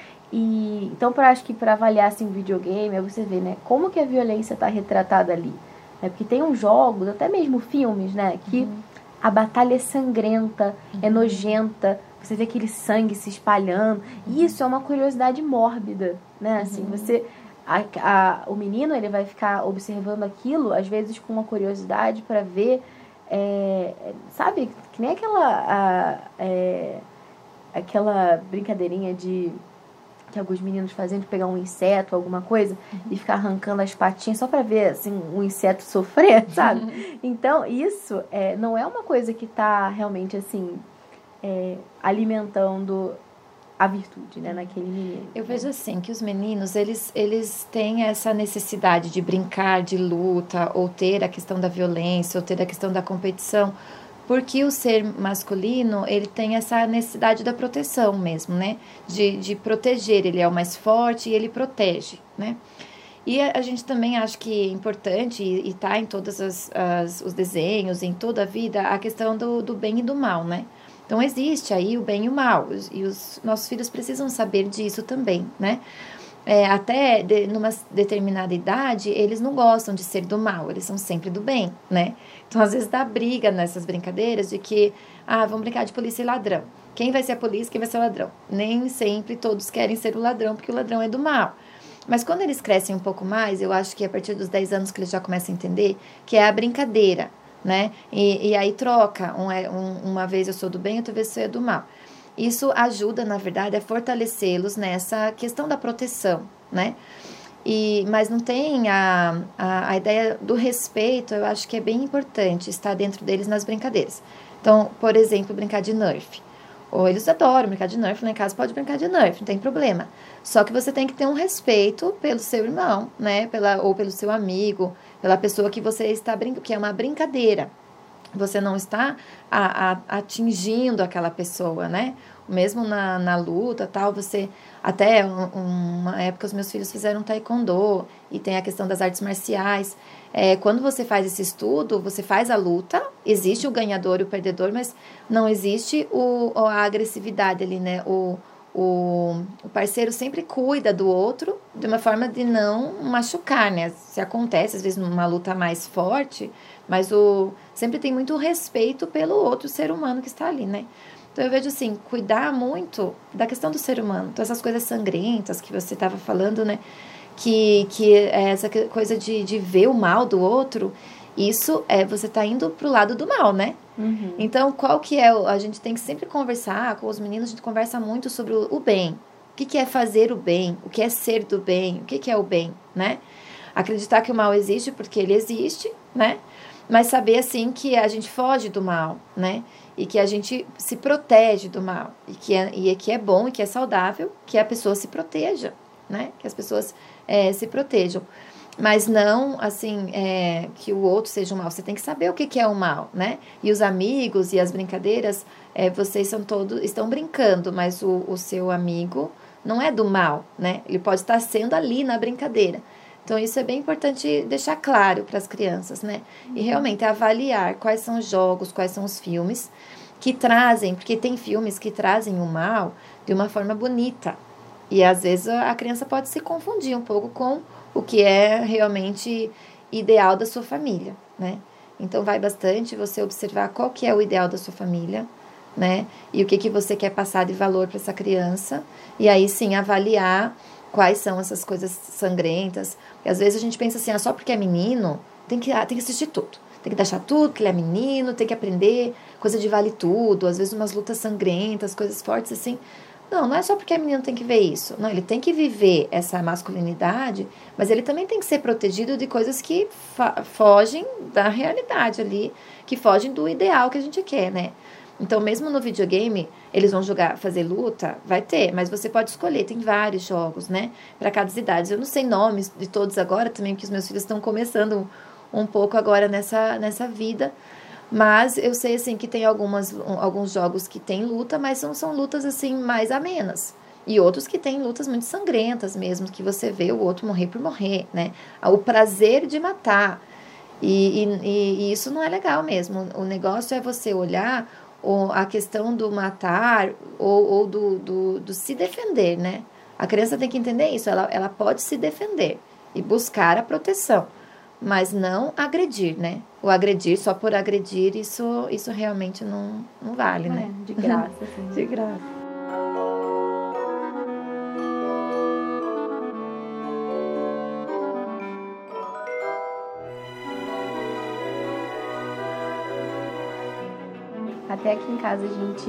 Speaker 1: E, então, pra, acho que para avaliar, assim, o videogame, é você ver, né, como que a violência está retratada ali. Né? Porque tem uns jogos, até mesmo filmes, né, que uhum. a batalha é sangrenta, uhum. é nojenta, você vê aquele sangue se espalhando. Uhum. E isso é uma curiosidade mórbida, né, assim, uhum. você... A, a, o menino ele vai ficar observando aquilo, às vezes com uma curiosidade para ver, é, sabe, que nem aquela, a, é, aquela brincadeirinha de que alguns meninos fazem de pegar um inseto, alguma coisa, uhum. e ficar arrancando as patinhas só para ver assim, um inseto sofrer, sabe? Uhum. Então, isso é, não é uma coisa que está realmente assim, é, alimentando a virtude, né, naquele menino.
Speaker 2: Eu vejo assim, que os meninos, eles, eles têm essa necessidade de brincar, de luta, ou ter a questão da violência, ou ter a questão da competição, porque o ser masculino, ele tem essa necessidade da proteção mesmo, né, de, de proteger, ele é o mais forte e ele protege, né. E a, a gente também acha que é importante, e está em todos as, as, os desenhos, em toda a vida, a questão do, do bem e do mal, né. Então, existe aí o bem e o mal, e os nossos filhos precisam saber disso também, né? É, até de, numa determinada idade, eles não gostam de ser do mal, eles são sempre do bem, né? Então, às vezes dá briga nessas brincadeiras de que, ah, vamos brincar de polícia e ladrão. Quem vai ser a polícia, quem vai ser o ladrão? Nem sempre todos querem ser o ladrão, porque o ladrão é do mal. Mas quando eles crescem um pouco mais, eu acho que a partir dos dez anos que eles já começam a entender que é a brincadeira, né? E, e aí troca, um, um, uma vez eu sou do bem, outra vez eu sou do mal. Isso ajuda, na verdade, a fortalecê-los nessa questão da proteção, né? E, mas não tem a, a, a ideia do respeito, eu acho que é bem importante estar dentro deles nas brincadeiras. Então, por exemplo, brincar de Nerf. Ou eles adoram brincar de Nerf, lá em casa pode brincar de Nerf, não tem problema. Só que você tem que ter um respeito pelo seu irmão, né? Pela, ou pelo seu amigo, pela pessoa que você está brincando, que é uma brincadeira. Você não está a, a, atingindo aquela pessoa, né? Mesmo na, na luta, tal, você... Até um, uma época os meus filhos fizeram taekwondo e tem a questão das artes marciais. É, quando você faz esse estudo, você faz a luta, existe o ganhador e o perdedor, mas não existe o, a agressividade ali, né? O, o, o parceiro sempre cuida do outro de uma forma de não machucar, né? Se acontece, às vezes, numa luta mais forte, mas o, sempre tem muito respeito pelo outro ser humano que está ali, né? Então, eu vejo assim, cuidar muito da questão do ser humano. Então, essas coisas sangrentas que você estava falando, né? Que, que é essa coisa de, de ver o mal do outro, isso é você tá indo pro lado do mal, né? Uhum. Então, qual que é... A gente tem que sempre conversar com os meninos, a gente conversa muito sobre o, o bem. O que, que é fazer o bem? O que é ser do bem? O que, que é o bem, né? Acreditar que o mal existe porque ele existe, né? Mas saber, assim, que a gente foge do mal, né? E que a gente se protege do mal. E que é, e que é bom e que é saudável que a pessoa se proteja, né? Que as pessoas é, se protejam. Mas não, assim, é, que o outro seja o mal. Você tem que saber o que, que é o mal, né? E os amigos e as brincadeiras, é, vocês são todos, estão brincando, mas o, o seu amigo não é do mal, né? Ele pode estar sendo ali na brincadeira. Então, isso é bem importante deixar claro para as crianças, né? E realmente avaliar quais são os jogos, quais são os filmes que trazem, porque tem filmes que trazem o mal de uma forma bonita. E, às vezes, a criança pode se confundir um pouco com o que é realmente ideal da sua família, né? Então, vai bastante você observar qual que é o ideal da sua família, né? E o que, que você quer passar de valor para essa criança. E aí sim avaliar quais são essas coisas sangrentas. Porque às vezes a gente pensa assim, ah, só porque é menino, tem que, ah, tem que assistir tudo. Tem que deixar tudo, que ele é menino, tem que aprender coisa de vale tudo. Às vezes umas lutas sangrentas, coisas fortes assim. Não, não é só porque é menino tem que ver isso. Não, ele tem que viver essa masculinidade, mas ele também tem que ser protegido de coisas que fogem da realidade ali, que fogem do ideal que a gente quer, né? Então, mesmo no videogame, eles vão jogar, fazer luta, vai ter, mas você pode escolher, tem vários jogos, né? Para cada idade. Eu não sei nomes de todos agora também, porque os meus filhos estão começando um, um pouco agora nessa, nessa vida. Mas eu sei, assim, que tem algumas, alguns jogos que tem luta, mas são, são lutas, assim, mais amenas. E outros que tem lutas muito sangrentas mesmo, que você vê o outro morrer por morrer, né? O prazer de matar. E, e, e isso não é legal mesmo. O negócio é você olhar ou a questão do matar ou, ou do, do, do se defender, né? A criança tem que entender isso. Ela, ela pode se defender e buscar a proteção, mas não agredir, né? O agredir só por agredir, isso, isso realmente não, não vale, né?
Speaker 1: É, de graça, assim.
Speaker 2: De graça.
Speaker 1: Até aqui em casa a gente,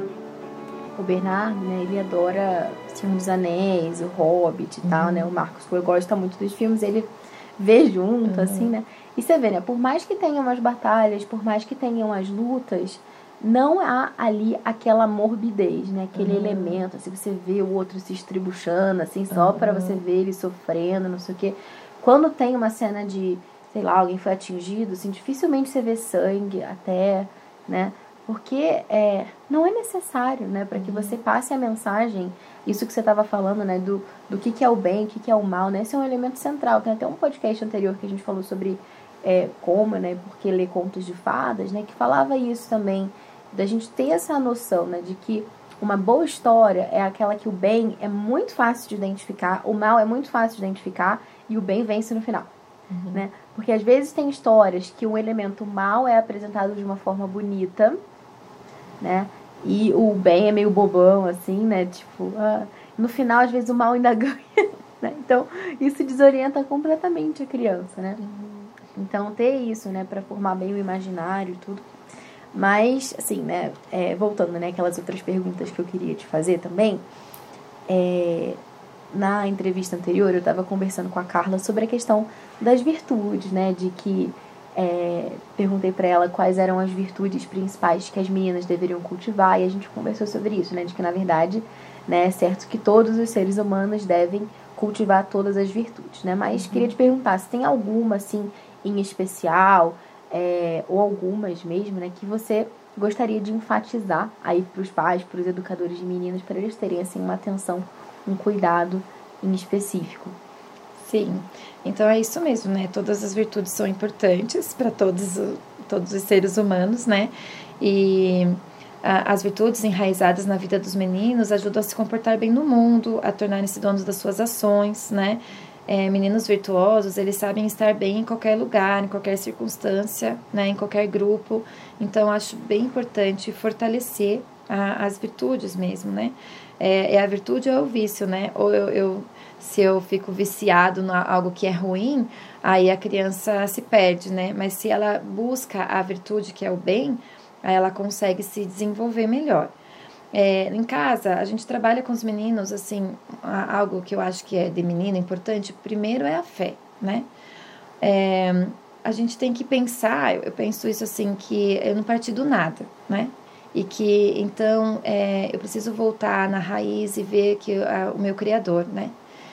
Speaker 1: o Bernardo, né, ele adora Senhor dos Anéis, o Hobbit e uhum. tal, né? O Marcos gosta muito dos filmes, ele vê junto, uhum. assim, né? E você vê, né? Por mais que tenham as batalhas, por mais que tenham as lutas, não há ali aquela morbidez, né? Aquele uhum. elemento, assim, você vê o outro se estribuchando, assim, só uhum. para você ver ele sofrendo, não sei o quê. Quando tem uma cena de, sei lá, alguém foi atingido, assim, dificilmente você vê sangue até, né? Porque é, não é necessário, né? Para que você passe a mensagem, isso que você estava falando, né? Do, do que, que é o bem, o que, que é o mal, né? Esse é um elemento central. Tem até um podcast anterior que a gente falou sobre é, como, né? Porque ler contos de fadas, né? Que falava isso também, da gente ter essa noção, né? De que uma boa história é aquela que o bem é muito fácil de identificar, o mal é muito fácil de identificar e o bem vence no final, uhum. né? Porque às vezes tem histórias que o elemento mal é apresentado de uma forma bonita, né? E o bem é meio bobão, assim, né? Tipo, ah, no final, às vezes, o mal ainda ganha, né? Então, isso desorienta completamente a criança, né? Uhum. Então, ter isso, né? Pra formar bem o imaginário e tudo. Mas, assim, né? É, voltando, né? Aquelas outras perguntas que eu queria te fazer também. É, na entrevista anterior, eu estava conversando com a Carla sobre a questão das virtudes, né? De que É, perguntei para ela quais eram as virtudes principais que as meninas deveriam cultivar, e a gente conversou sobre isso, né, de que na verdade, né, é certo que todos os seres humanos devem cultivar todas as virtudes, né, mas uhum. queria te perguntar se tem alguma assim em especial, é, ou algumas mesmo, né, que você gostaria de enfatizar aí para os pais, para os educadores de meninas, para eles terem assim uma atenção, um cuidado em específico.
Speaker 2: Sim, então é isso mesmo, né? Todas as virtudes são importantes para todos, todos os seres humanos, né? E a, as virtudes enraizadas na vida dos meninos ajudam a se comportar bem no mundo, a tornarem-se donos das suas ações, né? É, meninos virtuosos, eles sabem estar bem em qualquer lugar, em qualquer circunstância, né? Em qualquer grupo. Então, acho bem importante fortalecer a, as virtudes mesmo, né? É, é a virtude ou é o vício, né? Ou eu... eu se eu fico viciado em algo que é ruim, aí a criança se perde, né? Mas se ela busca a virtude que é o bem, aí ela consegue se desenvolver melhor. É, em casa, a gente trabalha com os meninos, assim, algo que eu acho que é de menino importante, primeiro é a fé, né? É, a gente tem que pensar, eu penso isso assim, que eu não parti do nada, né? E que, então, é, eu preciso voltar na raiz e ver que a, o meu Criador, né?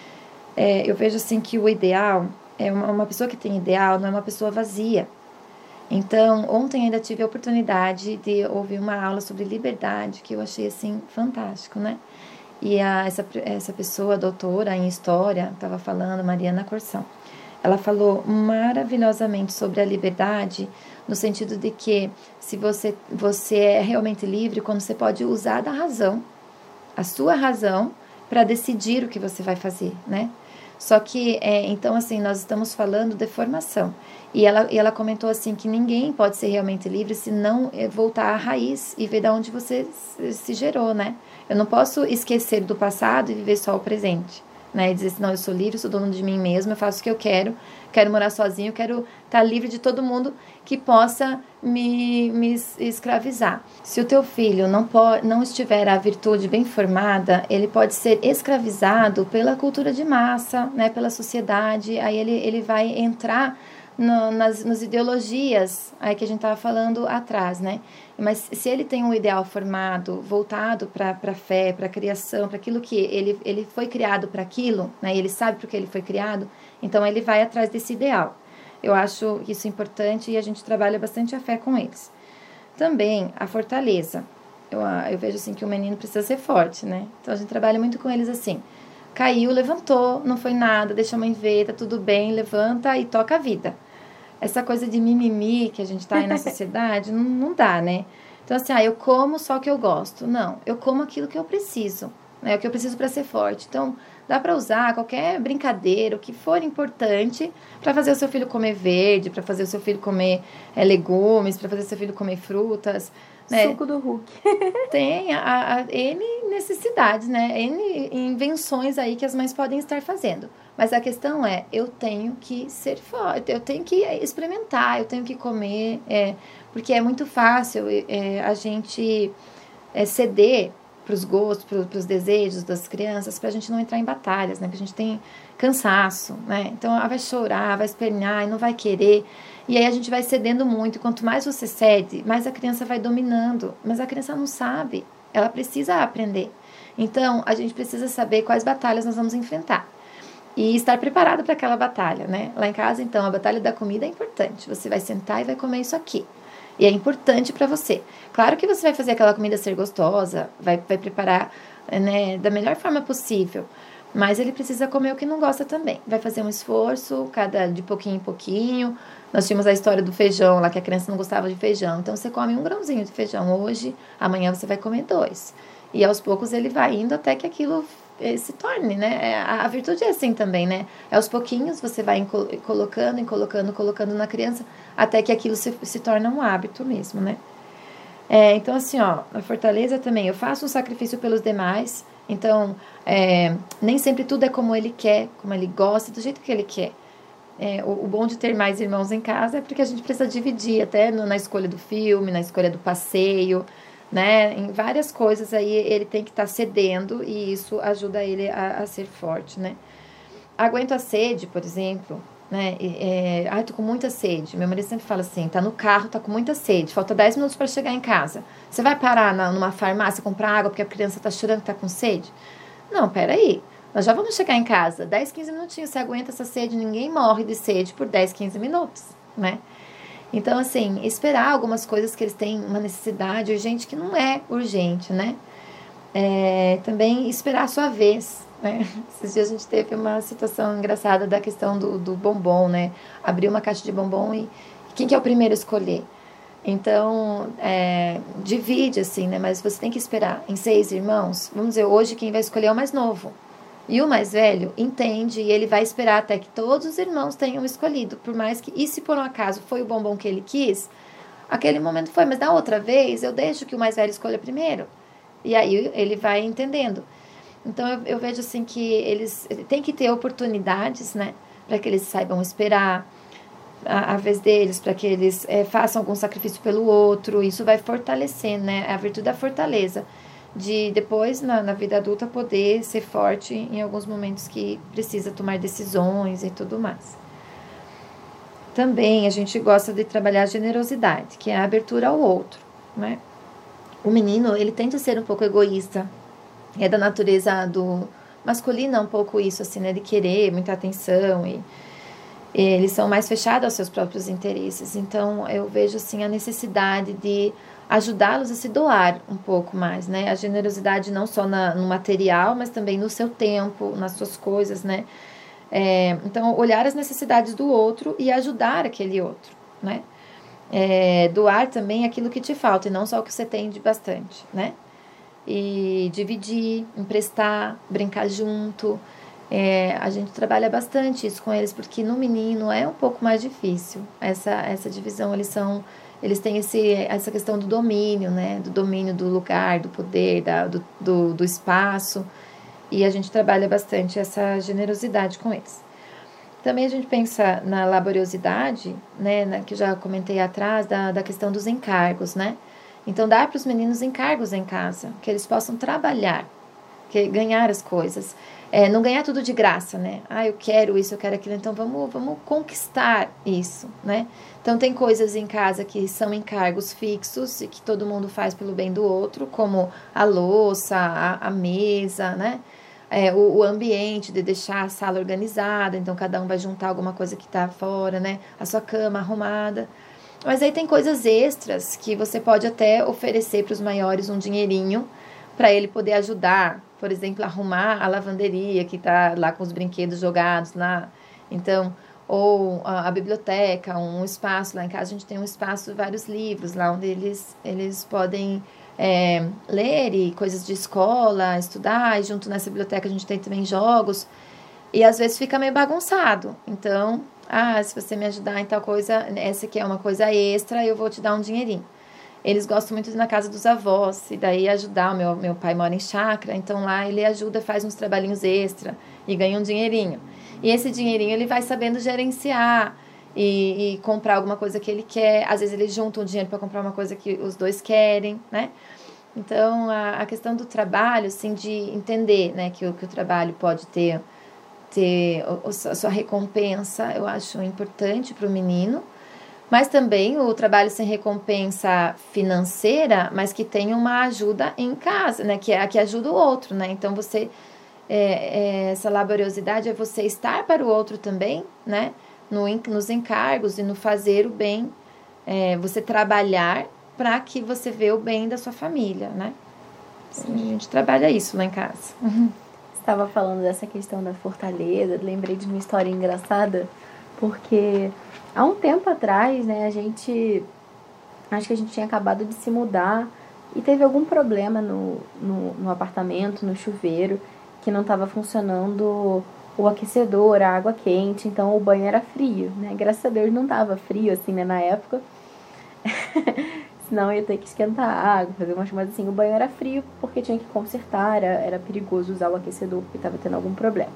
Speaker 2: É, eu vejo assim que o ideal, é uma, uma pessoa que tem ideal não é uma pessoa vazia. Então, ontem ainda tive a oportunidade de ouvir uma aula sobre liberdade, que eu achei assim fantástico, né? E a, essa, essa pessoa, doutora em história, estava falando, Mariana Corsão, ela falou maravilhosamente sobre a liberdade, no sentido de que se você, você é realmente livre quando você pode usar da razão, a sua razão, para decidir o que você vai fazer, né? Só que, é, então, assim, nós estamos falando de formação. E ela, e ela comentou, assim, que ninguém pode ser realmente livre se não voltar à raiz e ver de onde você se gerou, né? Eu não posso esquecer do passado e viver só o presente, né? E dizer assim, não, eu sou livre, sou dono de mim mesma, eu faço o que eu quero, quero morar sozinho, quero estar livre de todo mundo que possa me, me escravizar. Se o teu filho não, pode, não estiver a virtude bem formada, ele pode ser escravizado pela cultura de massa, né? Pela sociedade, aí ele, ele vai entrar no, nas, nas ideologias aí que a gente estava falando atrás, né? Mas se ele tem um ideal formado, voltado para a fé, para a criação, para aquilo que ele, ele foi criado para aquilo, né? Ele sabe para que ele foi criado, então ele vai atrás desse ideal. Eu acho isso importante e a gente trabalha bastante a fé com eles. Também a fortaleza. Eu, eu vejo assim que o menino precisa ser forte, né? Então a gente trabalha muito com eles assim. Caiu, levantou, não foi nada, deixa a mãe ver, tá tudo bem, levanta e toca a vida. Essa coisa de mimimi que a gente tá aí na sociedade, não, não dá, né? Então assim, ah, eu como só o que eu gosto. Não, eu como aquilo que eu preciso, né? O que eu preciso para ser forte. Então, dá para usar qualquer brincadeira, o que for importante, para fazer o seu filho comer verde, para fazer o seu filho comer é, legumes, para fazer o seu filho comer frutas. Né?
Speaker 1: Suco do Hulk.
Speaker 2: Tem a, a N necessidades, né? N invenções aí que as mães podem estar fazendo. Mas a questão é, eu tenho que ser forte, eu tenho que experimentar, eu tenho que comer, é, porque é muito fácil é, a gente é, ceder para os gostos, para os desejos das crianças, para a gente não entrar em batalhas, né? Que a gente tem cansaço, né? Então, ela vai chorar, vai espernear e não vai querer. E aí a gente vai cedendo muito. E quanto mais você cede, mais a criança vai dominando. Mas a criança não sabe. Ela precisa aprender. Então, a gente precisa saber quais batalhas nós vamos enfrentar. E estar preparado para aquela batalha, né? Lá em casa, então, a batalha da comida é importante. Você vai sentar e vai comer isso aqui. E é importante para você. Claro que você vai fazer aquela comida ser gostosa, vai, vai preparar, né, da melhor forma possível. Mas ele precisa comer o que não gosta também. Vai fazer um esforço, cada de pouquinho em pouquinho. Nós tínhamos a história do feijão, lá que a criança não gostava de feijão. Então, você come um grãozinho de feijão hoje, amanhã você vai comer dois. E aos poucos ele vai indo até que aquilo se torne, né? A, a virtude é assim também, né? Aos pouquinhos você vai colocando, e colocando, colocando na criança, até que aquilo se, se torna um hábito mesmo, né? É, então, assim, ó, a fortaleza também, eu faço um sacrifício pelos demais, então, é, nem sempre tudo é como ele quer, como ele gosta, do jeito que ele quer. É, o, o bom de ter mais irmãos em casa é porque a gente precisa dividir até no, na escolha do filme, na escolha do passeio, né? Em várias coisas aí ele tem que estar tá cedendo e isso ajuda ele a, a ser forte, né? Aguento a sede, por exemplo, né? É, ai, tô com muita sede. Meu marido sempre fala assim, tá no carro, tá com muita sede, falta dez minutos para chegar em casa. Você vai parar na, numa farmácia comprar água porque a criança tá chorando, tá com sede? Não, peraí. Nós já vamos chegar em casa, dez, quinze minutinhos, você aguenta essa sede, ninguém morre de sede por dez, quinze minutos, né? Então, assim, esperar algumas coisas que eles têm uma necessidade urgente que não é urgente, né? É, também esperar a sua vez, né? Esses dias a gente teve uma situação engraçada da questão do, do bombom, né? Abrir uma caixa de bombom e quem que é o primeiro a escolher? Então, é, divide, assim, né? Mas você tem que esperar. Em seis irmãos, vamos dizer, hoje quem vai escolher é o mais novo. E o mais velho entende e ele vai esperar até que todos os irmãos tenham escolhido. Por mais que, e se por um acaso foi o bombom que ele quis, aquele momento foi. Mas da outra vez eu deixo que o mais velho escolha primeiro. E aí ele vai entendendo. Então eu, eu vejo assim que eles têm que ter oportunidades, né? Para que eles saibam esperar a, a vez deles, para que eles é, façam algum sacrifício pelo outro. Isso vai fortalecer, né? A virtude da fortaleza. De depois, na, na vida adulta, poder ser forte em alguns momentos que precisa tomar decisões e tudo mais. Também a gente gosta de trabalhar a generosidade, que é a abertura ao outro, né? O menino, ele tende a ser um pouco egoísta, é da natureza do masculino um pouco isso, assim, né? De querer muita atenção e, e eles são mais fechados aos seus próprios interesses. Então, eu vejo, assim, a necessidade de ajudá-los a se doar um pouco mais, né? A generosidade não só na, no material, mas também no seu tempo, nas suas coisas, né? É, então, olhar as necessidades do outro e ajudar aquele outro, né? É, doar também aquilo que te falta e não só o que você tem de bastante, né? E dividir, emprestar, brincar junto. É, a gente trabalha bastante isso com eles, porque no menino é um pouco mais difícil. Essa, essa divisão, eles são... Eles têm esse, essa questão do domínio, né? Do domínio do lugar, do poder, da, do, do, do espaço. E a gente trabalha bastante essa generosidade com eles. Também a gente pensa na laboriosidade, né? Na, que eu já comentei atrás, da, da questão dos encargos, né? Então, dar para os meninos encargos em casa, que eles possam trabalhar, que, ganhar as coisas. É, não ganhar tudo de graça, né? Ah, eu quero isso, eu quero aquilo, então vamos, vamos conquistar isso, né? Então, tem coisas em casa que são encargos fixos e que todo mundo faz pelo bem do outro, como a louça, a, a mesa, né? É, o, o ambiente de deixar a sala organizada, então cada um vai juntar alguma coisa que tá fora, né? A sua cama arrumada. Mas aí tem coisas extras que você pode até oferecer para os maiores um dinheirinho para ele poder ajudar, por exemplo, arrumar a lavanderia que está lá com os brinquedos jogados lá. Então, ou a, a biblioteca, um espaço lá em casa, a gente tem um espaço, vários livros lá onde eles, eles podem é, ler e coisas de escola, estudar, e junto nessa biblioteca a gente tem também jogos, e às vezes fica meio bagunçado. Então, ah, se você me ajudar em tal coisa, essa aqui é uma coisa extra, eu vou te dar um dinheirinho. Eles gostam muito de ir na casa dos avós, e daí ajudar. O meu, meu pai mora em chácara, então lá ele ajuda, faz uns trabalhinhos extra e ganha um dinheirinho. E esse dinheirinho ele vai sabendo gerenciar e, e comprar alguma coisa que ele quer. Às vezes ele junta um dinheiro para comprar uma coisa que os dois querem, né? Então, a, a questão do trabalho, assim, de entender, né, que, o, que o trabalho pode ter, ter a sua recompensa, eu acho importante para o menino. Mas também o trabalho sem recompensa financeira, mas que tem uma ajuda em casa, né? Que, é, que ajuda o outro, né? Então, você... É, é, essa laboriosidade é você estar para o outro também, né? No, nos encargos e no fazer o bem. É, você trabalhar para que você vê o bem da sua família, né? Sim, a gente trabalha isso lá em casa.
Speaker 1: Uhum. Estava falando dessa questão da fortaleza, lembrei de uma história engraçada, porque... Há um tempo atrás, né, a gente, acho que a gente tinha acabado de se mudar e teve algum problema no, no, no apartamento, no chuveiro, que não estava funcionando o aquecedor, a água quente, então o banho era frio, né, graças a Deus não estava frio, assim, né, na época, senão eu ia ter que esquentar a água, fazer umas coisas assim, o banho era frio porque tinha que consertar, era, era perigoso usar o aquecedor porque estava tendo algum problema.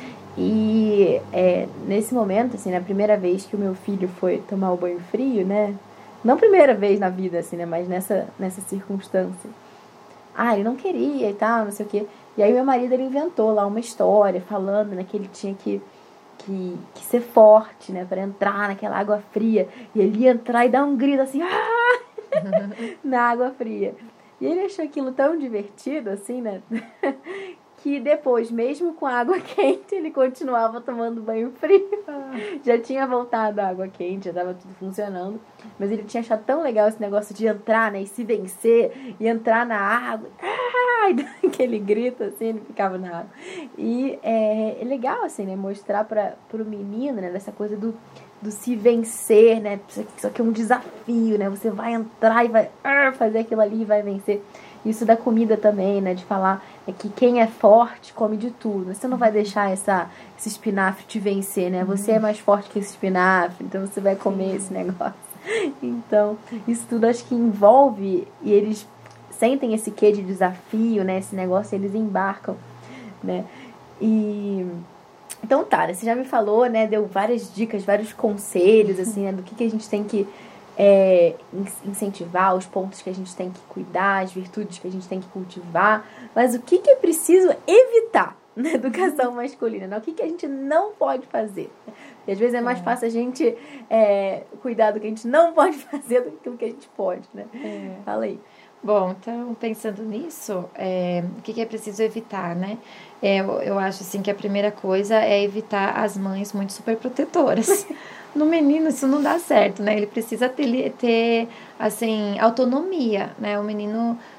Speaker 1: E é, nesse momento, assim, na primeira vez que o meu filho foi tomar o banho frio, né? Não primeira vez na vida, assim, né? Mas nessa, nessa circunstância. Ah, ele não queria e tal, não sei o quê. E aí meu marido, ele inventou lá uma história falando, né? Que ele tinha que, que, que ser forte, né? Para entrar naquela água fria. E ele ia entrar e dar um grito assim, ah! na água fria. E ele achou aquilo tão divertido, assim, né? Que depois, mesmo com a água quente, ele continuava tomando banho frio. Já tinha voltado a água quente, já estava tudo funcionando. Mas ele tinha achado tão legal esse negócio de entrar, né? E se vencer, e entrar na água. Ah! E dar aquele grito, assim, ele ficava na água. E é, é legal, assim, né? Mostrar para o menino, né? Dessa coisa do, do se vencer, né? Isso aqui é um desafio, né? Você vai entrar e vai ah, fazer aquilo ali e vai vencer. Isso da comida também, né? De falar é que quem é forte come de tudo. Você não vai deixar essa, esse espinafre te vencer, né? Você é mais forte que esse espinafre, então você vai comer esse negócio. Então, isso tudo acho que envolve, e eles sentem esse quê de desafio, né? Esse negócio, eles embarcam, né? E... Então tá, né? Você já me falou, né? Deu várias dicas, vários conselhos, assim, né? Do que, que a gente tem que É, incentivar, os pontos que a gente tem que cuidar, as virtudes que a gente tem que cultivar, mas o que, que é preciso evitar na educação masculina, né? O que, que a gente não pode fazer, e às vezes é mais é. fácil a gente é, cuidar do que a gente não pode fazer do que o que a gente pode, né? É. Fala aí.
Speaker 2: Bom, então, pensando nisso, é, o que, que é preciso evitar, né? É, eu, eu acho, assim, que a primeira coisa é evitar as mães muito superprotetoras. No menino isso não dá certo, né? Ele precisa ter, ter assim, autonomia, né? O menino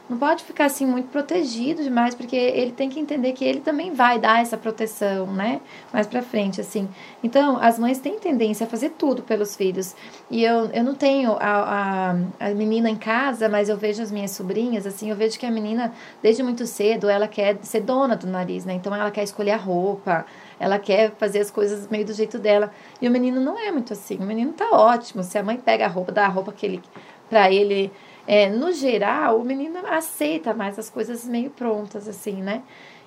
Speaker 2: não pode ficar assim muito protegido demais, porque ele tem que entender que ele também vai dar essa proteção, né? Mais pra frente, assim. Então, as mães têm tendência a fazer tudo pelos filhos. E eu, eu não tenho a, a, a menina em casa, mas eu vejo as minhas sobrinhas, assim, eu vejo que a menina, desde muito cedo, ela quer ser dona do nariz, né? Então, ela quer escolher a roupa, ela quer fazer as coisas meio do jeito dela. E o menino não é muito assim. O menino tá ótimo. Se a mãe pega a roupa, dá a roupa que ele, pra ele... É, no geral, o menino aceita mais as coisas meio prontas, assim, né?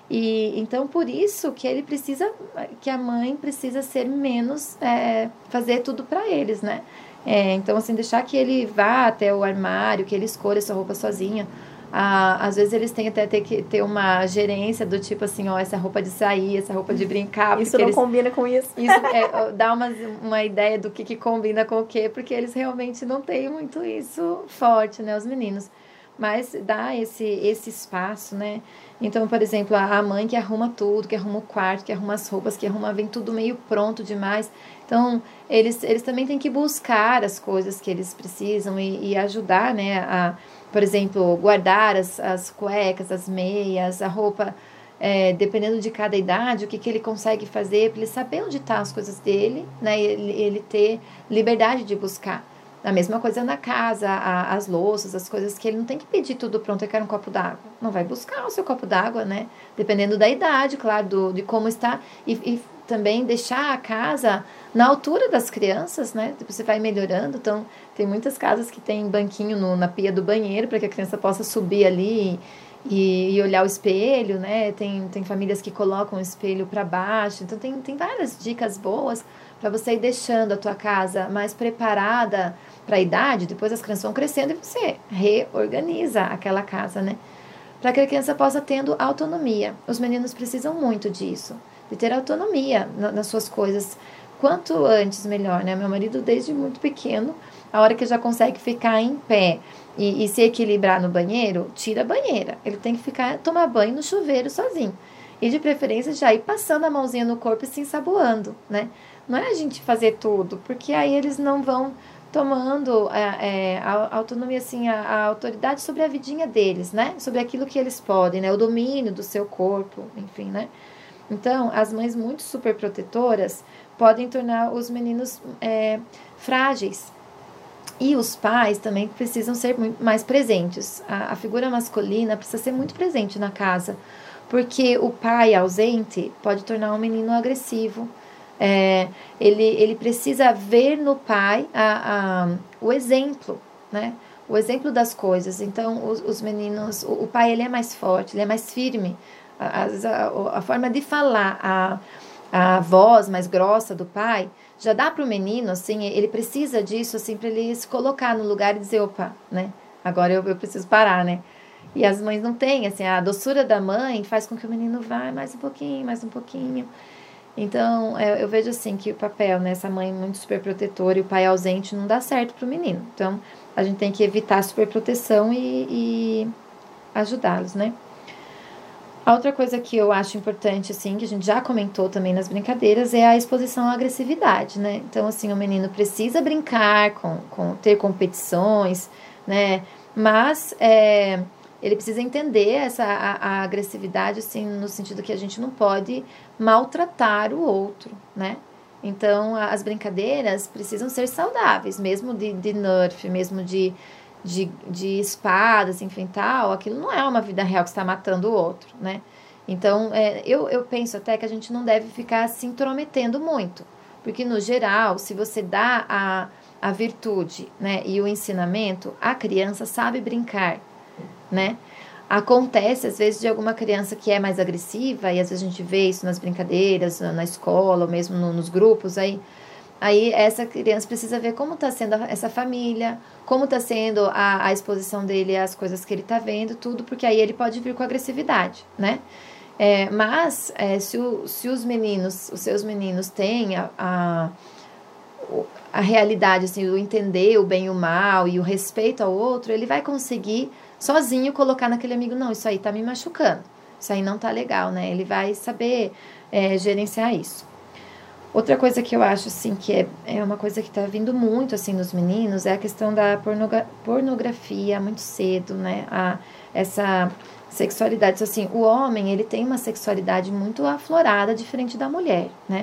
Speaker 2: E então, por isso que ele precisa, que a mãe precisa ser menos, é, fazer tudo para eles, né? É, então, assim, deixar que ele vá até o armário, que ele escolha sua roupa sozinha. Ah, às vezes eles têm até ter que ter uma gerência do tipo assim, ó, essa roupa de sair, essa roupa de brincar.
Speaker 1: Isso não
Speaker 2: eles,
Speaker 1: combina com isso.
Speaker 2: Isso é, dá uma, uma ideia do que, que combina com o quê, porque eles realmente não têm muito isso forte, né, os meninos. Mas dá esse, esse espaço, né? Então, por exemplo, a mãe que arruma tudo, que arruma o quarto, que arruma as roupas, que arruma, vem tudo meio pronto demais. Então, eles, eles também têm que buscar as coisas que eles precisam e, e ajudar, né, a... Por exemplo, guardar as, as cuecas, as meias, a roupa, é, dependendo de cada idade, o que, que ele consegue fazer, para ele saber onde estão as coisas dele, né? Ele, ele ter liberdade de buscar. A mesma coisa na casa, a, as louças, as coisas que ele não tem que pedir tudo pronto, eu quero um copo d'água. Não vai buscar o seu copo d'água, né? Dependendo da idade, claro, do, de como está. E, e também deixar a casa na altura das crianças, né? Você vai melhorando. Então, tem muitas casas que tem banquinho no, na pia do banheiro para que a criança possa subir ali e, e olhar o espelho, né? Tem, tem famílias que colocam o espelho para baixo. Então, tem, tem várias dicas boas para você ir deixando a tua casa mais preparada para a idade. Depois as crianças vão crescendo e você reorganiza aquela casa, né? Para que a criança possa tendo autonomia. Os meninos precisam muito disso, de ter autonomia na, nas suas coisas. Quanto antes, melhor, né? Meu marido, desde muito pequeno, a hora que já consegue ficar em pé e, e se equilibrar no banheiro, tira a banheira. Ele tem que ficar, tomar banho no chuveiro sozinho. E, de preferência, já ir passando a mãozinha no corpo e se ensaboando, né? Não é a gente fazer tudo, porque aí eles não vão tomando é, é, a autonomia, assim, a, a autoridade sobre a vidinha deles, né? Sobre aquilo que eles podem, né? O domínio do seu corpo, enfim, né? Então, as mães muito super protetoras podem tornar os meninos é, frágeis. E os pais também precisam ser muito mais presentes. A, a figura masculina precisa ser muito presente na casa, porque o pai ausente pode tornar um menino agressivo. É, ele, ele precisa ver no pai a, a, o exemplo, né? O exemplo das coisas. Então, os, os meninos, o, o pai ele é mais forte, ele é mais firme. A, a, a forma de falar, a, a voz mais grossa do pai, já dá para o menino, assim, ele precisa disso, assim, para ele se colocar no lugar e dizer, opa, né? Agora eu, eu preciso parar, né? E as mães não têm, assim, a doçura da mãe faz com que o menino vá mais um pouquinho, mais um pouquinho. Então, eu vejo assim que o papel, né, essa mãe muito superprotetora e o pai ausente não dá certo pro menino. Então, a gente tem que evitar a superproteção e, e ajudá-los, né? A outra coisa que eu acho importante, assim, que a gente já comentou também nas brincadeiras, é a exposição à agressividade, né? Então, assim, o menino precisa brincar, com, com ter competições, né? Mas... É, ele precisa entender essa, a, a agressividade, assim, no sentido que a gente não pode maltratar o outro, né? Então, as brincadeiras precisam ser saudáveis, mesmo de, de nerf, mesmo de, de, de espadas, enfim, tal. Aquilo não é uma vida real que está matando o outro, né? Então, é, eu, eu penso até que a gente não deve ficar se intrometendo muito. Porque, no geral, se você dá a, a virtude, né, e o ensinamento, a criança sabe brincar, né? Acontece às vezes de alguma criança que é mais agressiva, e às vezes a gente vê isso nas brincadeiras, na escola, ou mesmo no, nos grupos, aí, aí essa criança precisa ver como está sendo essa família, como está sendo a, a exposição dele às coisas que ele está vendo, tudo, porque aí ele pode vir com agressividade, né? É, mas é, se, o, se os meninos, os seus meninos têm a, a, a realidade, assim, o entender o bem e o mal e o respeito ao outro, ele vai conseguir sozinho colocar naquele amigo, não, isso aí tá me machucando, isso aí não tá legal, né? Ele vai saber é, gerenciar isso. Outra coisa que eu acho, assim, que é, é uma coisa que tá vindo muito, assim, nos meninos, é a questão da pornogra pornografia muito cedo, né? A, essa sexualidade, assim, o homem, ele tem uma sexualidade muito aflorada, diferente da mulher, né?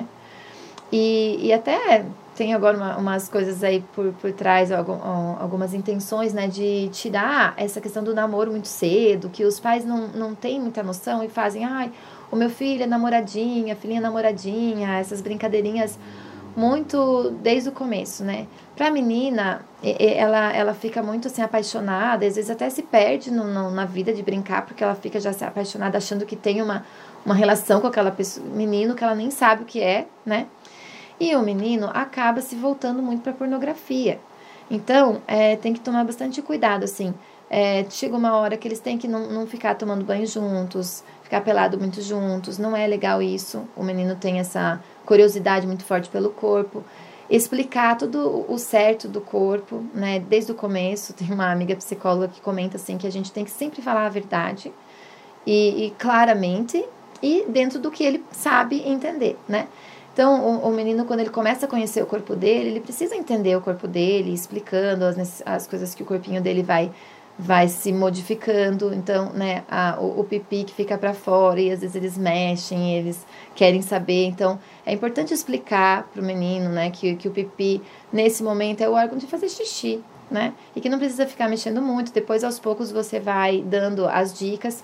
Speaker 2: E, e até tem agora uma, umas coisas aí por, por trás, algum, algumas intenções, né, de tirar essa questão do namoro muito cedo, que os pais não, não têm muita noção e fazem, ai, o meu filho é namoradinha, filhinha é namoradinha, essas brincadeirinhas muito desde o começo, né? Pra menina, ela, ela fica muito assim apaixonada, às vezes até se perde no, no, na vida de brincar, porque ela fica já se apaixonada achando que tem uma, uma relação com aquela pessoa, menino que ela nem sabe o que é, né? E o menino acaba se voltando muito para pornografia. Então, é, tem que tomar bastante cuidado, assim. É, chega uma hora que eles têm que não, não ficar tomando banho juntos, ficar pelado muito juntos. Não é legal isso. O menino tem essa curiosidade muito forte pelo corpo. Explicar tudo o certo do corpo, né? Desde o começo. Tem uma amiga psicóloga que comenta, assim, que a gente tem que sempre falar a verdade. E, e claramente, e dentro do que ele sabe entender, né? Então, o, o menino, quando ele começa a conhecer o corpo dele, ele precisa entender o corpo dele, explicando as, as coisas que o corpinho dele vai, vai se modificando. Então, né, a, o, o pipi que fica para fora e às vezes eles mexem, eles querem saber. Então, é importante explicar para o menino, né, que, que o pipi, nesse momento, é o órgão de fazer xixi, né? E que não precisa ficar mexendo muito. Depois, aos poucos, você vai dando as dicas.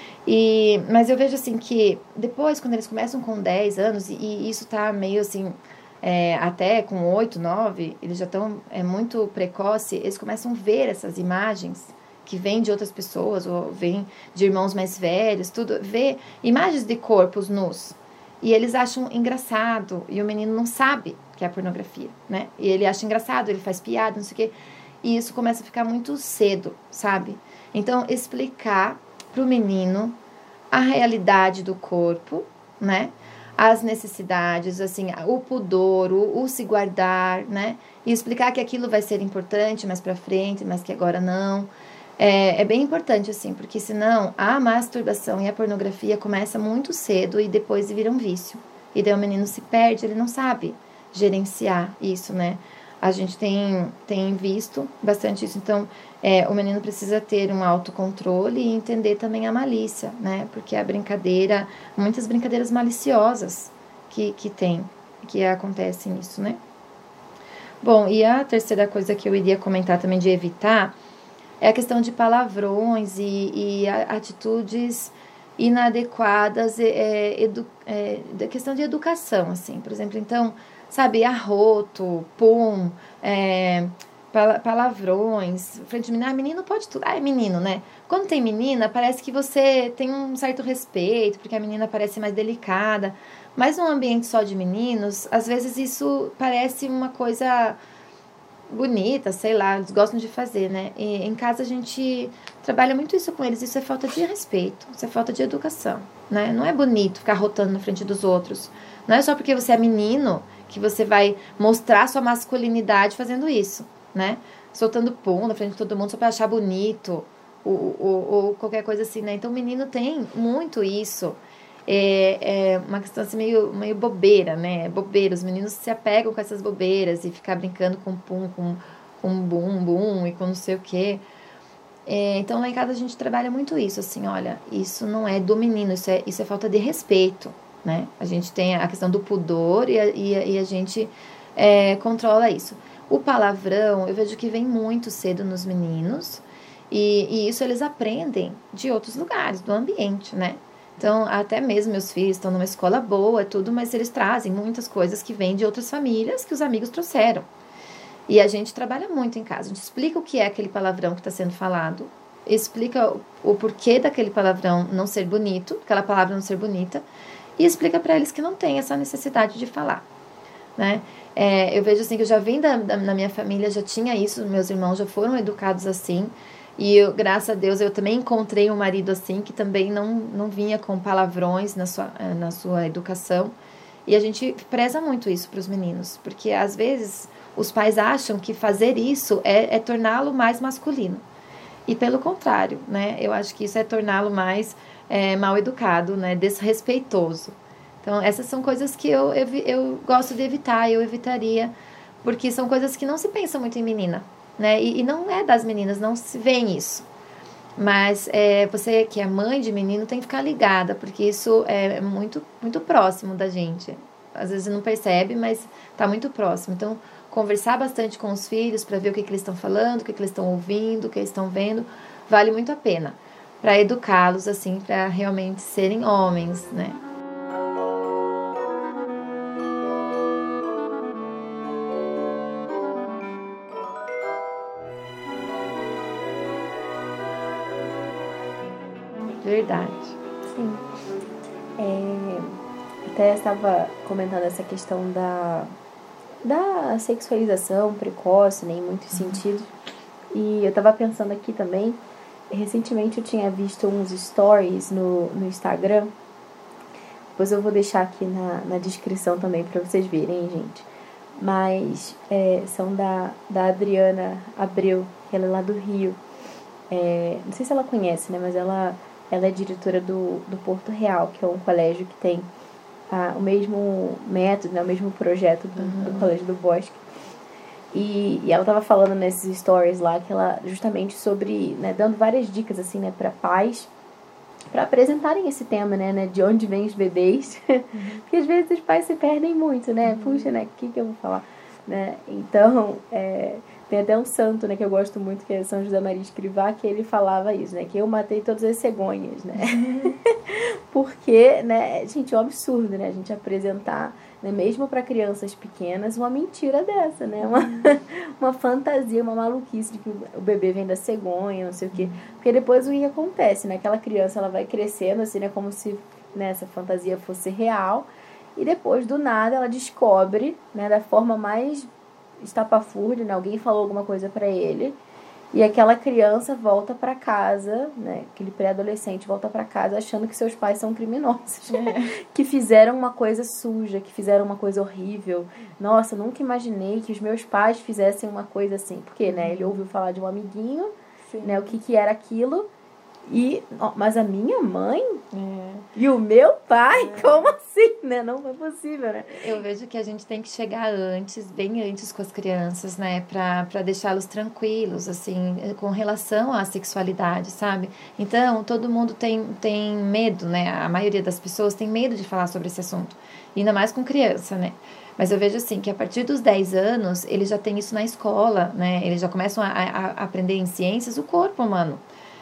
Speaker 2: E, mas eu vejo assim que depois, quando eles começam com dez anos, e, e isso tá meio assim, é, até com oito, nove, eles já estão é, muito precoce, eles começam a ver essas imagens que vêm de outras pessoas, ou vêm de irmãos mais velhos, tudo, ver imagens de corpos nus. E eles acham engraçado, e o menino não sabe que é pornografia, né? E ele acha engraçado, ele faz piada, não sei o quê. E isso começa a ficar muito cedo, sabe? Então, explicar pro menino a realidade do corpo, né? As necessidades, assim, o pudor, o, o se guardar, né? E explicar que aquilo vai ser importante mais pra frente, mas que agora não. É, é bem importante, assim, porque senão a masturbação e a pornografia começa muito cedo e depois vira um vício. E daí o menino se perde, ele não sabe gerenciar isso, né? A gente tem, tem visto bastante isso. Então, é, o menino precisa ter um autocontrole e entender também a malícia, né? Porque a brincadeira, muitas brincadeiras maliciosas que, que tem, que acontecem isso, né? Bom, e a terceira coisa que eu iria comentar também de evitar é a questão de palavrões e, e atitudes inadequadas, é, edu, é, da questão de educação, assim. Por exemplo, então, sabe, arroto, pum, é, palavrões, frente de menino, ah, menino pode tudo, ah, é menino, né? Quando tem menina, parece que você tem um certo respeito, porque a menina parece mais delicada, mas num ambiente só de meninos, às vezes isso parece uma coisa bonita, sei lá, eles gostam de fazer, né? E em casa a gente trabalha muito isso com eles, isso é falta de respeito, isso é falta de educação, né? Não é bonito ficar rotando na frente dos outros, não é só porque você é menino que você vai mostrar sua masculinidade fazendo isso, né? Soltando pum na frente de todo mundo só pra achar bonito, ou, ou, ou qualquer coisa assim, né? Então o menino tem muito isso. É, é uma questão assim meio, meio bobeira, né? Bobeira, os meninos se apegam com essas bobeiras e ficar brincando com pum, com, com bum, bum e com não sei o quê. É, então lá em casa a gente trabalha muito isso, assim, olha, isso não é do menino, isso é, isso é falta de respeito, né? A gente tem a questão do pudor e a, e a, e a gente é, controla isso. O palavrão, eu vejo que vem muito cedo nos meninos e, e isso eles aprendem de outros lugares, do ambiente, né? Então, até mesmo meus filhos estão numa escola boa e tudo, mas eles trazem muitas coisas que vêm de outras famílias que os amigos trouxeram. E a gente trabalha muito em casa. A gente explica o que é aquele palavrão que está sendo falado, explica o, o porquê daquele palavrão não ser bonito, aquela palavra não ser bonita, e explica para eles que não tem essa necessidade de falar, né? É, eu vejo assim que eu já vim da, da, na minha família, já tinha isso, meus irmãos já foram educados assim. E eu, graças a Deus, eu também encontrei um marido assim, que também não, não vinha com palavrões na sua, na sua educação. E a gente preza muito isso para os meninos, porque às vezes os pais acham que fazer isso é, é torná-lo mais masculino. E pelo contrário, né? Eu acho que isso é torná-lo mais é, mal educado, né? Desrespeitoso. Então, essas são coisas que eu, eu, eu gosto de evitar, eu evitaria, porque são coisas que não se pensa muito em menina, né? E, e não é das meninas, não se vê isso. Mas é, você que é mãe de menino tem que ficar ligada, porque isso é muito, muito próximo da gente. Às vezes não percebe, mas está muito próximo. Então, conversar bastante com os filhos para ver o que, que eles estão falando, o que, que eles estão ouvindo, o que eles estão vendo, vale muito a pena. Para educá-los, assim, para realmente serem homens, né? Verdade.
Speaker 1: Sim. É, até estava comentando essa questão da, da sexualização precoce, né, em muitos uhum. sentidos. E eu estava pensando aqui também, recentemente eu tinha visto uns stories no, no Instagram. Depois eu vou deixar aqui na, na descrição também para vocês verem, gente. Mas é, são da, da Adriana Abreu, que ela é lá do Rio. É, não sei se ela conhece, né, mas ela... Ela é diretora do, do Porto Real, que é um colégio que tem ah, o mesmo método, né, o mesmo projeto do, uhum. do Colégio do Bosque. E, e ela estava falando nesses stories lá, que ela justamente sobre, né, dando várias dicas assim, né, para pais, para apresentarem esse tema, né, né, de onde vêm os bebês. Uhum. Porque às vezes os pais se perdem muito, né? Uhum. Puxa, né, o que, que eu vou falar? Né? Então, é, tem até um santo, né, que eu gosto muito, que é São José Maria Escrivá, que ele falava isso, né, que eu matei todas as cegonhas, né, uhum. Porque, né, gente, é um absurdo, né, a gente apresentar, né, mesmo para crianças pequenas, uma mentira dessa, né, uma, uhum. uma fantasia, uma maluquice de que o bebê vem da cegonha, não sei o quê, porque depois o que acontece, né, aquela criança, ela vai crescendo, assim, né, como se, né, essa fantasia fosse real, e depois, do nada, ela descobre, né, da forma mais estapafúrdia, né, alguém falou alguma coisa pra ele, e aquela criança volta pra casa, né, aquele pré-adolescente volta pra casa achando que seus pais são criminosos, é. que fizeram uma coisa suja, que fizeram uma coisa horrível. Nossa, nunca imaginei que os meus pais fizessem uma coisa assim, porque, né, ele ouviu falar de um amiguinho, Sim. né, o que que era aquilo. E, mas a minha mãe é. e o meu pai, é. como assim, né? Não é possível, né?
Speaker 2: Eu vejo que a gente tem que chegar antes, bem antes com as crianças, né? Pra, pra deixá-los tranquilos, assim, com relação à sexualidade, sabe? Então, todo mundo tem, tem medo, né? A maioria das pessoas tem medo de falar sobre esse assunto. Ainda mais com criança, né? Mas eu vejo assim, que a partir dos dez anos, eles já têm isso na escola, né? Eles já começam a, a, a aprender em ciências o corpo humano.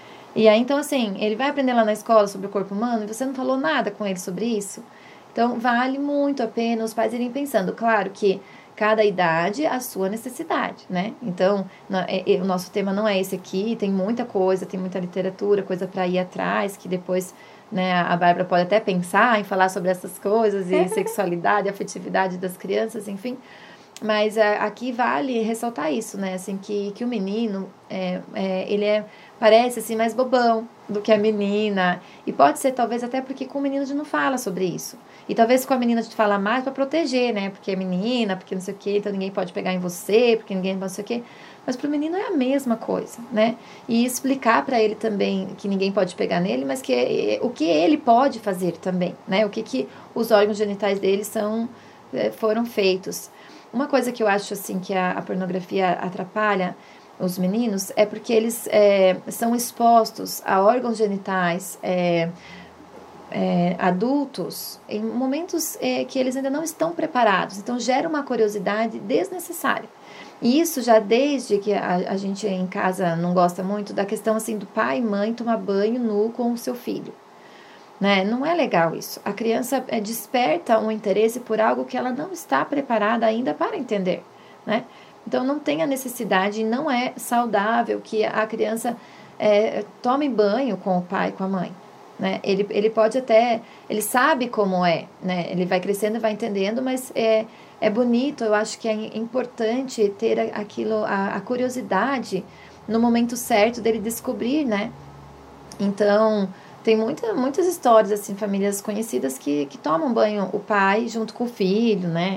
Speaker 2: E aí, então, assim, ele vai aprender lá na escola sobre o corpo humano e você não falou nada com ele sobre isso. Então, vale muito a pena os pais irem pensando. Claro que cada idade a sua necessidade, né? Então, o nosso tema não é esse aqui, tem muita coisa, tem muita literatura, coisa para ir atrás, que depois, né, a Bárbara pode até pensar em falar sobre essas coisas, e sexualidade, afetividade das crianças, enfim. Mas aqui vale ressaltar isso, né? Assim, que, que o menino, é, é, ele é, parece assim, mais bobão do que a menina. E pode ser, talvez, até porque com o menino a gente não fala sobre isso. E talvez com a menina a gente fala mais para proteger, né? Porque é menina, porque não sei o quê, então ninguém pode pegar em você, porque ninguém não sei o quê. Mas para o menino é a mesma coisa, né? E explicar para ele também que ninguém pode pegar nele, mas que o que ele pode fazer também, né? O que, que os órgãos genitais dele são, foram feitos. Uma coisa que eu acho assim que a, a pornografia atrapalha os meninos é porque eles é, são expostos a órgãos genitais é, é, adultos em momentos é, que eles ainda não estão preparados. Então gera uma curiosidade desnecessária. E isso já desde que a, a gente em casa não gosta muito da questão assim do pai e mãe tomar banho nu com o seu filho. Né? Não é legal isso. A criança é, desperta um interesse por algo que ela não está preparada ainda para entender, né? Então, não tem a necessidade, não é saudável que a criança é, tome banho com o pai e com a mãe, né? Ele, ele pode até, ele sabe como é, né? Ele vai crescendo e vai entendendo, mas é, é bonito, eu acho que é importante ter aquilo, a, a curiosidade no momento certo dele descobrir, né? Então... Tem muita, muitas histórias, assim, famílias conhecidas que, que tomam banho o pai junto com o filho, né?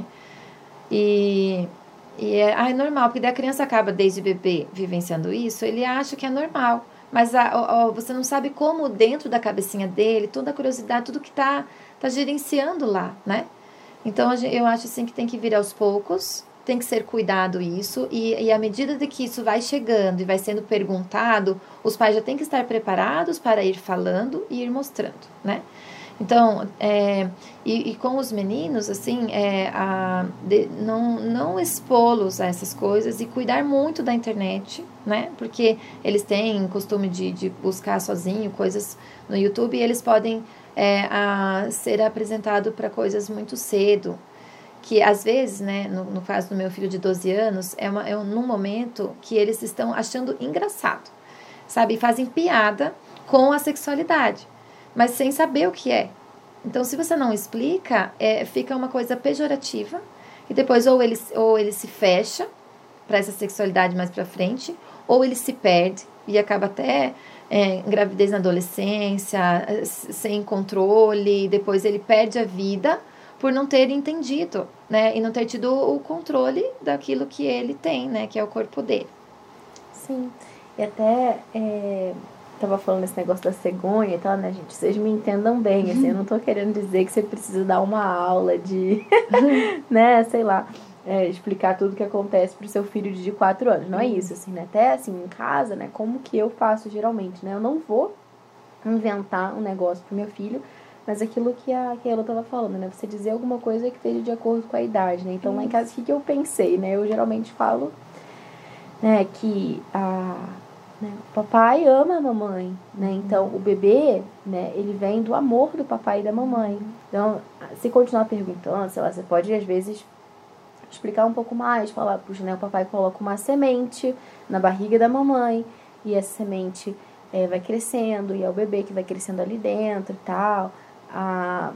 Speaker 2: E, e é, ah, é normal, porque daí a criança acaba desde bebê vivenciando isso, ele acha que é normal. Mas a, a, você não sabe como dentro da cabecinha dele, toda a curiosidade, tudo que está tá gerenciando lá, né? Então, eu acho assim que tem que vir aos poucos, tem que ser cuidado isso, e, e à medida de que isso vai chegando e vai sendo perguntado, os pais já têm que estar preparados para ir falando e ir mostrando, né? Então, é, e, e com os meninos, assim, é, a, de, não, não expô-los a essas coisas e cuidar muito da internet, né? Porque eles têm costume de, de buscar sozinho coisas no YouTube e eles podem é, a, ser apresentados para coisas muito cedo. Que às vezes, né, no, no caso do meu filho de doze anos, é, uma, é um, num momento que eles estão achando engraçado, sabe? E fazem piada com a sexualidade, mas sem saber o que é. Então, se você não explica, é, fica uma coisa pejorativa, e depois ou ele, ou ele se fecha para essa sexualidade mais para frente, ou ele se perde e acaba até é, gravidez na adolescência, sem controle, depois ele perde a vida por não ter entendido, né, e não ter tido o controle daquilo que ele tem, né, que é o corpo dele.
Speaker 1: Sim, e até... É... Tava falando esse negócio da cegonha e tal, né, gente? Vocês me entendam bem, assim, eu não tô querendo dizer que você precisa dar uma aula de, né, sei lá, é, explicar tudo o que acontece pro seu filho de quatro anos. Não é isso, assim, né? Até, assim, em casa, né, como que eu faço geralmente, né? Eu não vou inventar um negócio pro meu filho, mas aquilo que a Keila tava falando, né? Você dizer alguma coisa que esteja de acordo com a idade, né? Então, lá em casa, o que, que eu pensei, né? Eu geralmente falo, né, que a... Né? O papai ama a mamãe, né? Então o bebê, né, ele vem do amor do papai e da mamãe. Então, se continuar perguntando, sei lá, você pode às vezes explicar um pouco mais, falar, puxa, né, o papai coloca uma semente na barriga da mamãe e essa semente é, vai crescendo e é o bebê que vai crescendo ali dentro e tal. A...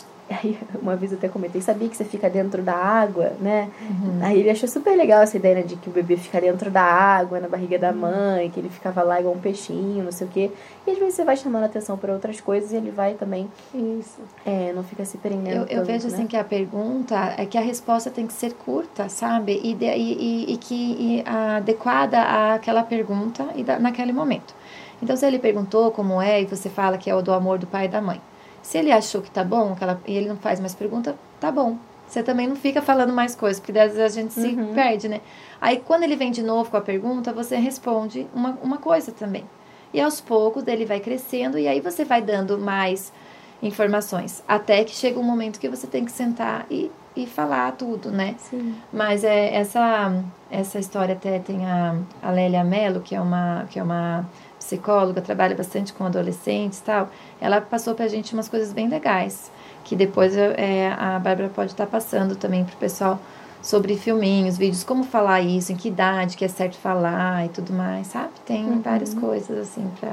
Speaker 1: Aí, uma vez eu até comentei, sabia que você fica dentro da água, né? Uhum. Aí ele achou super legal essa ideia, né, de que o bebê fica dentro da água, na barriga da mãe, que ele ficava lá igual um peixinho, não sei o quê. E às vezes você vai chamando a atenção para outras coisas e ele vai também... Isso. É, não fica se prendendo
Speaker 2: Eu, eu tanto, vejo, né? Assim, que a pergunta é que a resposta tem que ser curta, sabe? E, de, e, e que e adequada àquela pergunta e da, naquele momento. Então, se ele perguntou como é e você fala que é o do amor do pai e da mãe, se ele achou que tá bom, que ela, e ele não faz mais pergunta, tá bom. Você também não fica falando mais coisas, porque às vezes a gente se uhum. perde, né? Aí, quando ele vem de novo com a pergunta, você responde uma, uma coisa também. E aos poucos, ele vai crescendo, e aí você vai dando mais informações. Até que chega um momento que você tem que sentar e, e falar tudo, né?
Speaker 1: Sim.
Speaker 2: Mas é, essa, essa história até tem a, a Lélia Mello, que é uma... Que é uma psicóloga, trabalha bastante com adolescentes e tal, ela passou pra gente umas coisas bem legais, que depois é, a Bárbara pode estar passando também pro pessoal sobre filminhos, vídeos, como falar isso, em que idade que é certo falar e tudo mais, sabe? Tem uhum. várias coisas assim pra,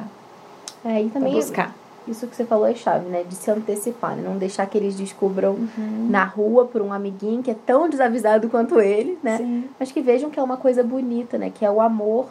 Speaker 1: é, e também
Speaker 2: pra buscar.
Speaker 1: Isso que você falou é chave, né? De se antecipar, né? Não deixar que eles descubram
Speaker 2: uhum.
Speaker 1: na rua por um amiguinho que é tão desavisado quanto ele, né?
Speaker 2: Sim.
Speaker 1: Mas que vejam que é uma coisa bonita, né? Que é o amor,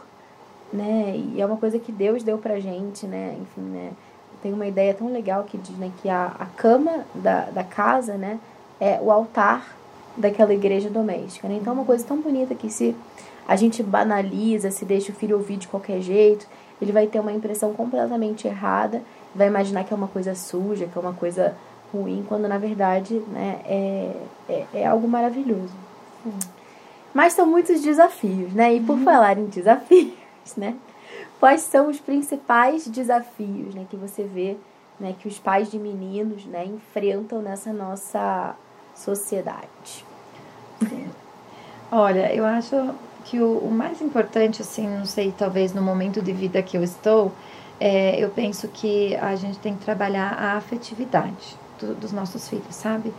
Speaker 1: né? E é uma coisa que Deus deu pra gente, né? Enfim, né? Tem uma ideia tão legal que diz, né, que a, a cama da, da casa, né, é o altar daquela igreja doméstica, né? Então é uma coisa tão bonita que se a gente banaliza, se deixa o filho ouvir de qualquer jeito, ele vai ter uma impressão completamente errada, vai imaginar que é uma coisa suja, que é uma coisa ruim, quando na verdade, né, é, é, é algo maravilhoso. Sim. Mas são muitos desafios, né? E por uhum. falar em desafios, né? Quais são os principais desafios, né, que você vê, né, que os pais de meninos, né, enfrentam nessa nossa sociedade?
Speaker 2: Sim. Olha, eu acho que o, o mais importante, assim, não sei, talvez no momento de vida que eu estou, é, eu penso que a gente tem que trabalhar a afetividade do, dos nossos filhos, sabe?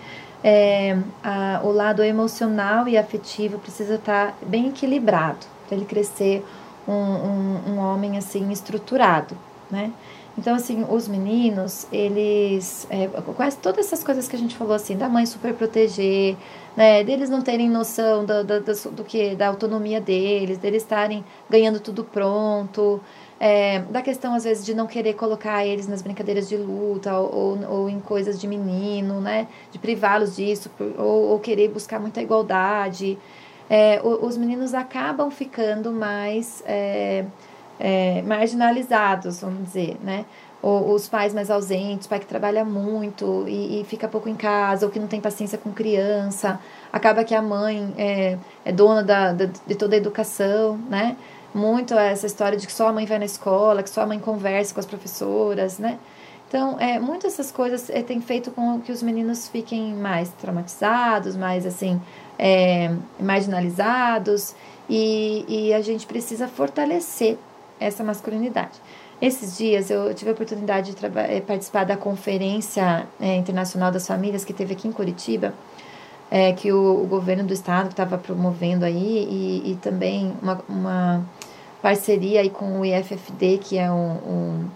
Speaker 2: É, a, o lado emocional e afetivo precisa estar bem equilibrado para ele crescer um, um, um homem assim estruturado, né? Então, assim, os meninos, eles, é, quase todas essas coisas que a gente falou, assim, da mãe super proteger, né, deles não terem noção do, do, do, do que, da autonomia deles, deles estarem ganhando tudo pronto, é, da questão, às vezes, de não querer colocar eles nas brincadeiras de luta ou, ou, ou em coisas de menino, né, de privá-los disso, ou, ou querer buscar muita igualdade. É, os meninos acabam ficando mais é, é, marginalizados, vamos dizer, né? ou os pais mais ausentes, o pai que trabalha muito e, e fica pouco em casa, ou que não tem paciência com criança, acaba que a mãe é, é dona da, da, de toda a educação, né? Muito essa história de que só a mãe vai na escola, que só a mãe conversa com as professoras, né? Então, é, muitas dessas coisas é, tem feito com que os meninos fiquem mais traumatizados, mais assim, é, marginalizados, e, e a gente precisa fortalecer essa masculinidade. Esses dias eu tive a oportunidade de participar da Conferência é, Internacional das Famílias que teve aqui em Curitiba, é, que o, o governo do estado estava promovendo aí, e, e também uma, uma parceria aí com o I F F D, que é um, um,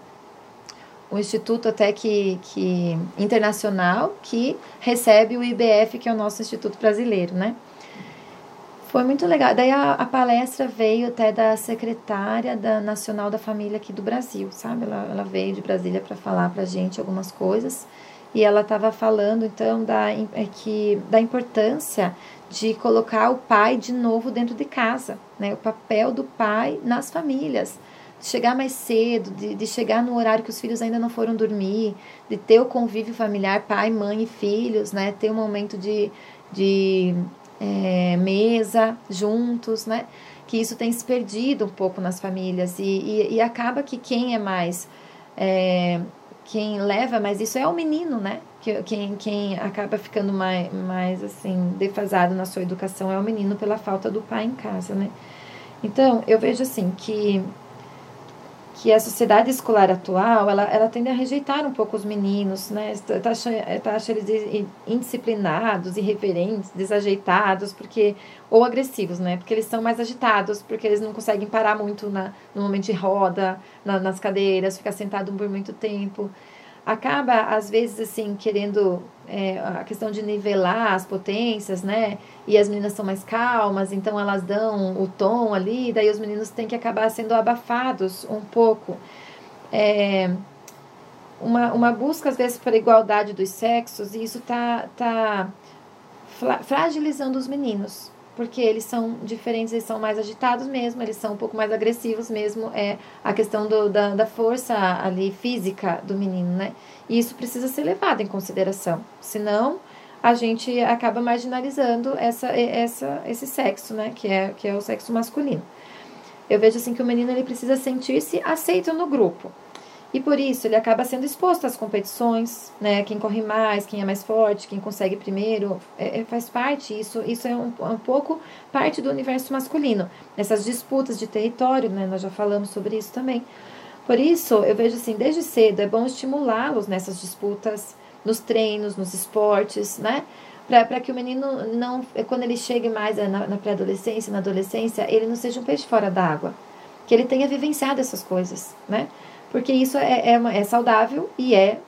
Speaker 2: um instituto até que, que internacional, que recebe o I B F, que é o nosso Instituto Brasileiro, né? Foi muito legal. Daí a, a palestra veio até da secretária da Nacional da Família aqui do Brasil, sabe? Ela, ela veio de Brasília para falar para a gente algumas coisas. E ela estava falando, então, da, é que, da importância de colocar o pai de novo dentro de casa, né? O papel do pai nas famílias. De chegar mais cedo, de, de chegar no horário que os filhos ainda não foram dormir, de ter o convívio familiar, pai, mãe e filhos, né? Ter um momento de... de É, mesa, juntos, né? Que isso tem se perdido um pouco nas famílias e, e, e acaba que quem é mais, é, quem leva mais isso é o menino, né? Que, quem, quem acaba ficando mais, mais, assim, defasado na sua educação é o menino pela falta do pai em casa, né? Então, eu vejo, assim, que que a sociedade escolar atual, ela, ela tende a rejeitar um pouco os meninos, né? Tá achando, tá achando eles indisciplinados, irreverentes, desajeitados, porque, ou agressivos, né? Porque eles são mais agitados, porque eles não conseguem parar muito na, no momento de roda, na, nas cadeiras, ficar sentado por muito tempo. Acaba, às vezes, assim, querendo é, a questão de nivelar as potências, né? E as meninas são mais calmas, então elas dão o tom ali, daí os meninos têm que acabar sendo abafados um pouco. É, uma, uma busca, às vezes, por igualdade dos sexos, e isso tá, tá fragilizando os meninos, porque eles são diferentes, eles são mais agitados mesmo, eles são um pouco mais agressivos mesmo, é a questão do, da, da força ali física do menino, né? E isso precisa ser levado em consideração, senão a gente acaba marginalizando essa, essa, esse sexo, né? Que é, que é o sexo masculino. Eu vejo assim que o menino ele precisa sentir-se aceito no grupo. E por isso ele acaba sendo exposto às competições, né? Quem corre mais, quem é mais forte, quem consegue primeiro, é, faz parte, isso, isso é um, um pouco parte do universo masculino. Essas disputas de território, né? Nós já falamos sobre isso também. Por isso, eu vejo assim, desde cedo é bom estimulá-los nessas disputas, nos treinos, nos esportes, né? Para que o menino, não, quando ele chegue mais na, na pré-adolescência, na adolescência, ele não seja um peixe fora d'água. Que ele tenha vivenciado essas coisas, né? Porque isso é, é, é saudável e é,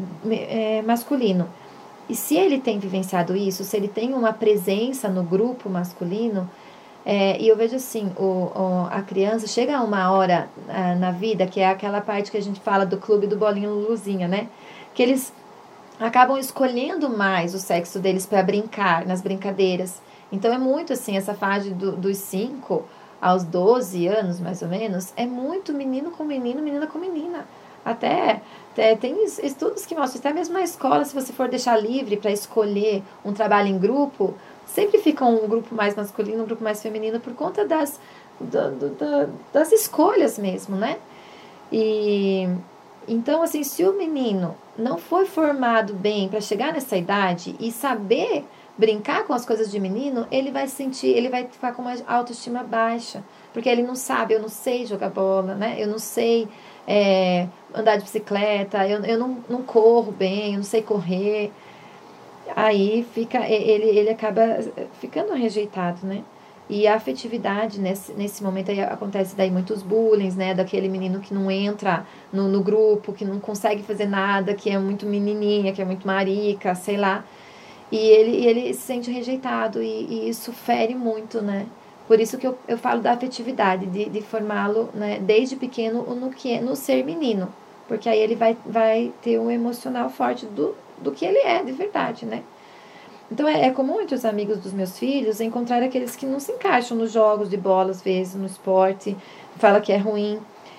Speaker 2: é masculino. E se ele tem vivenciado isso, se ele tem uma presença no grupo masculino, é, e eu vejo assim, o, o, a criança chega a uma hora a, na vida, que é aquela parte que a gente fala do clube do bolinho Luluzinha, né? Que eles acabam escolhendo mais o sexo deles para brincar, nas brincadeiras. Então é muito assim, essa fase do, dos cinco aos doze anos, mais ou menos, é muito menino com menino, menina com menina. Até, até tem estudos que mostram, até mesmo na escola, se você for deixar livre para escolher um trabalho em grupo, sempre fica um grupo mais masculino, um grupo mais feminino, por conta das, do, do, do, das escolhas mesmo, né? E então, assim, se o menino não foi formado bem para chegar nessa idade e saber brincar com as coisas de menino, ele vai sentir, ele vai ficar com uma autoestima baixa, porque ele não sabe, eu não sei jogar bola, né? Eu não sei é, andar de bicicleta, eu, eu não, não corro bem, eu não sei correr. Aí fica, ele, ele acaba ficando rejeitado, né? E a afetividade, nesse, nesse momento, aí acontece daí muitos bullying, né? Daquele menino que não entra no, no grupo, que não consegue fazer nada, que é muito menininha, que é muito marica, sei lá. E ele, ele se sente rejeitado e, e isso fere muito, né? Por isso que eu, eu falo da afetividade, de, de formá-lo, né, desde pequeno no, que, no ser menino. Porque aí ele vai, vai ter um emocional forte do, do que ele é, de verdade, né? Então é, é comum entre os amigos dos meus filhos encontrar aqueles que não se encaixam nos jogos de bola, às vezes, no esporte, fala que é ruim.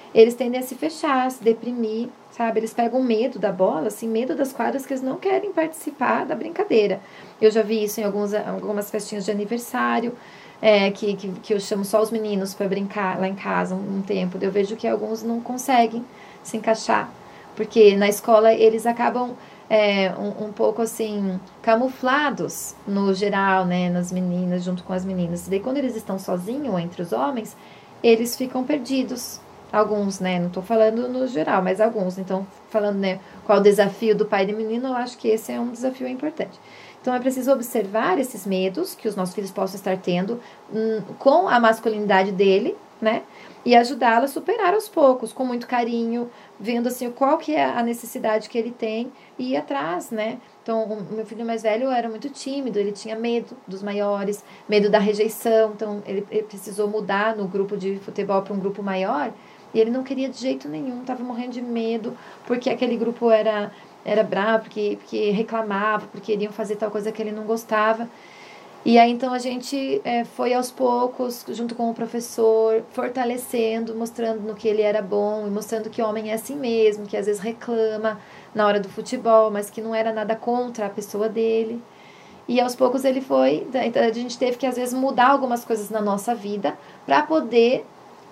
Speaker 2: eles tendem a se fechar, a se deprimir, sabe? Eles pegam medo da bola, assim, medo das quadras, que eles não querem participar da brincadeira. Eu já vi isso em alguns, algumas festinhas de aniversário, é, que, que, que eu chamo só os meninos para brincar lá em casa um, um tempo. Eu vejo que alguns não conseguem se encaixar, porque na escola eles acabam é, um, um pouco assim, camuflados no geral, né, nas meninas, junto com as meninas. E daí quando eles estão sozinhos entre os homens, eles ficam perdidos. Alguns, né, não estou falando no geral, mas alguns. Então, falando, né, qual o desafio do pai de menino, eu acho que esse é um desafio importante. Então, é preciso observar esses medos que os nossos filhos possam estar tendo hum, com a masculinidade dele, né? E ajudá-lo a superar aos poucos, com muito carinho, vendo assim qual que é a necessidade que ele tem e ir atrás, né? Então, o meu filho mais velho era muito tímido, ele tinha medo dos maiores, medo da rejeição, então ele, ele precisou mudar no grupo de futebol para um grupo maior e ele não queria de jeito nenhum, estava morrendo de medo, porque aquele grupo era, era bravo, porque, porque reclamava, porque iriam fazer tal coisa que ele não gostava. E aí, então, a gente é, foi aos poucos, junto com o professor, fortalecendo, mostrando no que ele era bom e mostrando que o homem é assim mesmo, que às vezes reclama na hora do futebol, mas que não era nada contra a pessoa dele. E aos poucos ele foi, então a gente teve que às vezes mudar algumas coisas na nossa vida para poder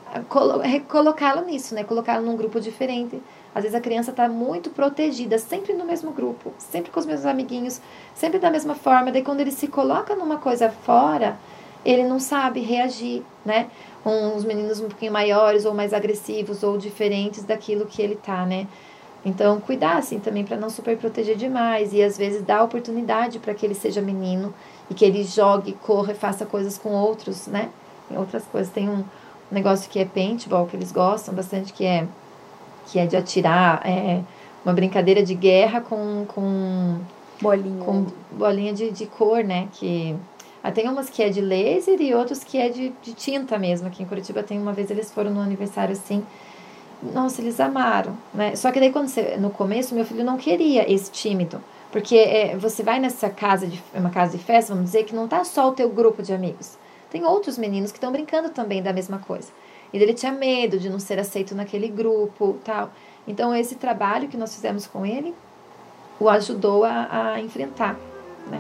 Speaker 2: colocá-lo nisso, né? Colocá-lo num grupo diferente. Às vezes a criança está muito protegida, sempre no mesmo grupo, sempre com os mesmos amiguinhos, sempre da mesma forma. Daí quando ele se coloca numa coisa fora, ele não sabe reagir, né? Uns meninos um pouquinho maiores ou mais agressivos ou diferentes daquilo que ele tá, né? Então, cuidar, assim, também para não super proteger demais e, às vezes, dar oportunidade para que ele seja menino e que ele jogue, corra e faça coisas com outros, né? Outras coisas. Tem um negócio que é paintball, que eles gostam bastante, que é, que é de atirar, é uma brincadeira de guerra com, com
Speaker 1: bolinha,
Speaker 2: com bolinha de, de cor, né? Que, ah, tem umas que é de laser e outros que é de, de tinta mesmo. Aqui em Curitiba tem uma vez, eles foram no aniversário assim... Nossa, eles amaram, né? Só que daí quando você, no começo, meu filho não queria esse tímido, porque é, você vai nessa casa de uma casa de festa, vamos dizer, que não tá só o teu grupo de amigos. Tem outros meninos que estão brincando também da mesma coisa. E ele tinha medo de não ser aceito naquele grupo, tal. Então esse trabalho que nós fizemos com ele o ajudou a, a enfrentar, né?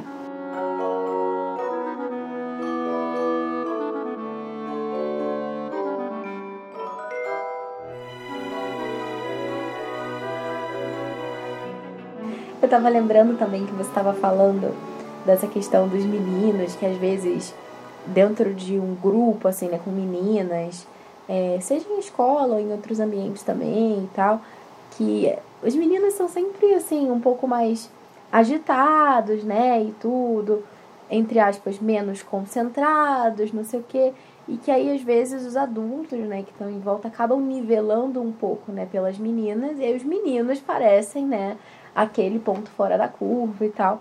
Speaker 1: Eu tava lembrando também que você estava falando dessa questão dos meninos, que às vezes dentro de um grupo, assim, né, com meninas, é, seja em escola ou em outros ambientes também e tal, que os meninos são sempre, assim, um pouco mais agitados, né, e tudo, entre aspas, menos concentrados, não sei o quê, e que aí às vezes os adultos, né, que estão em volta acabam nivelando um pouco, né, pelas meninas, e aí os meninos parecem, né, aquele ponto fora da curva e tal.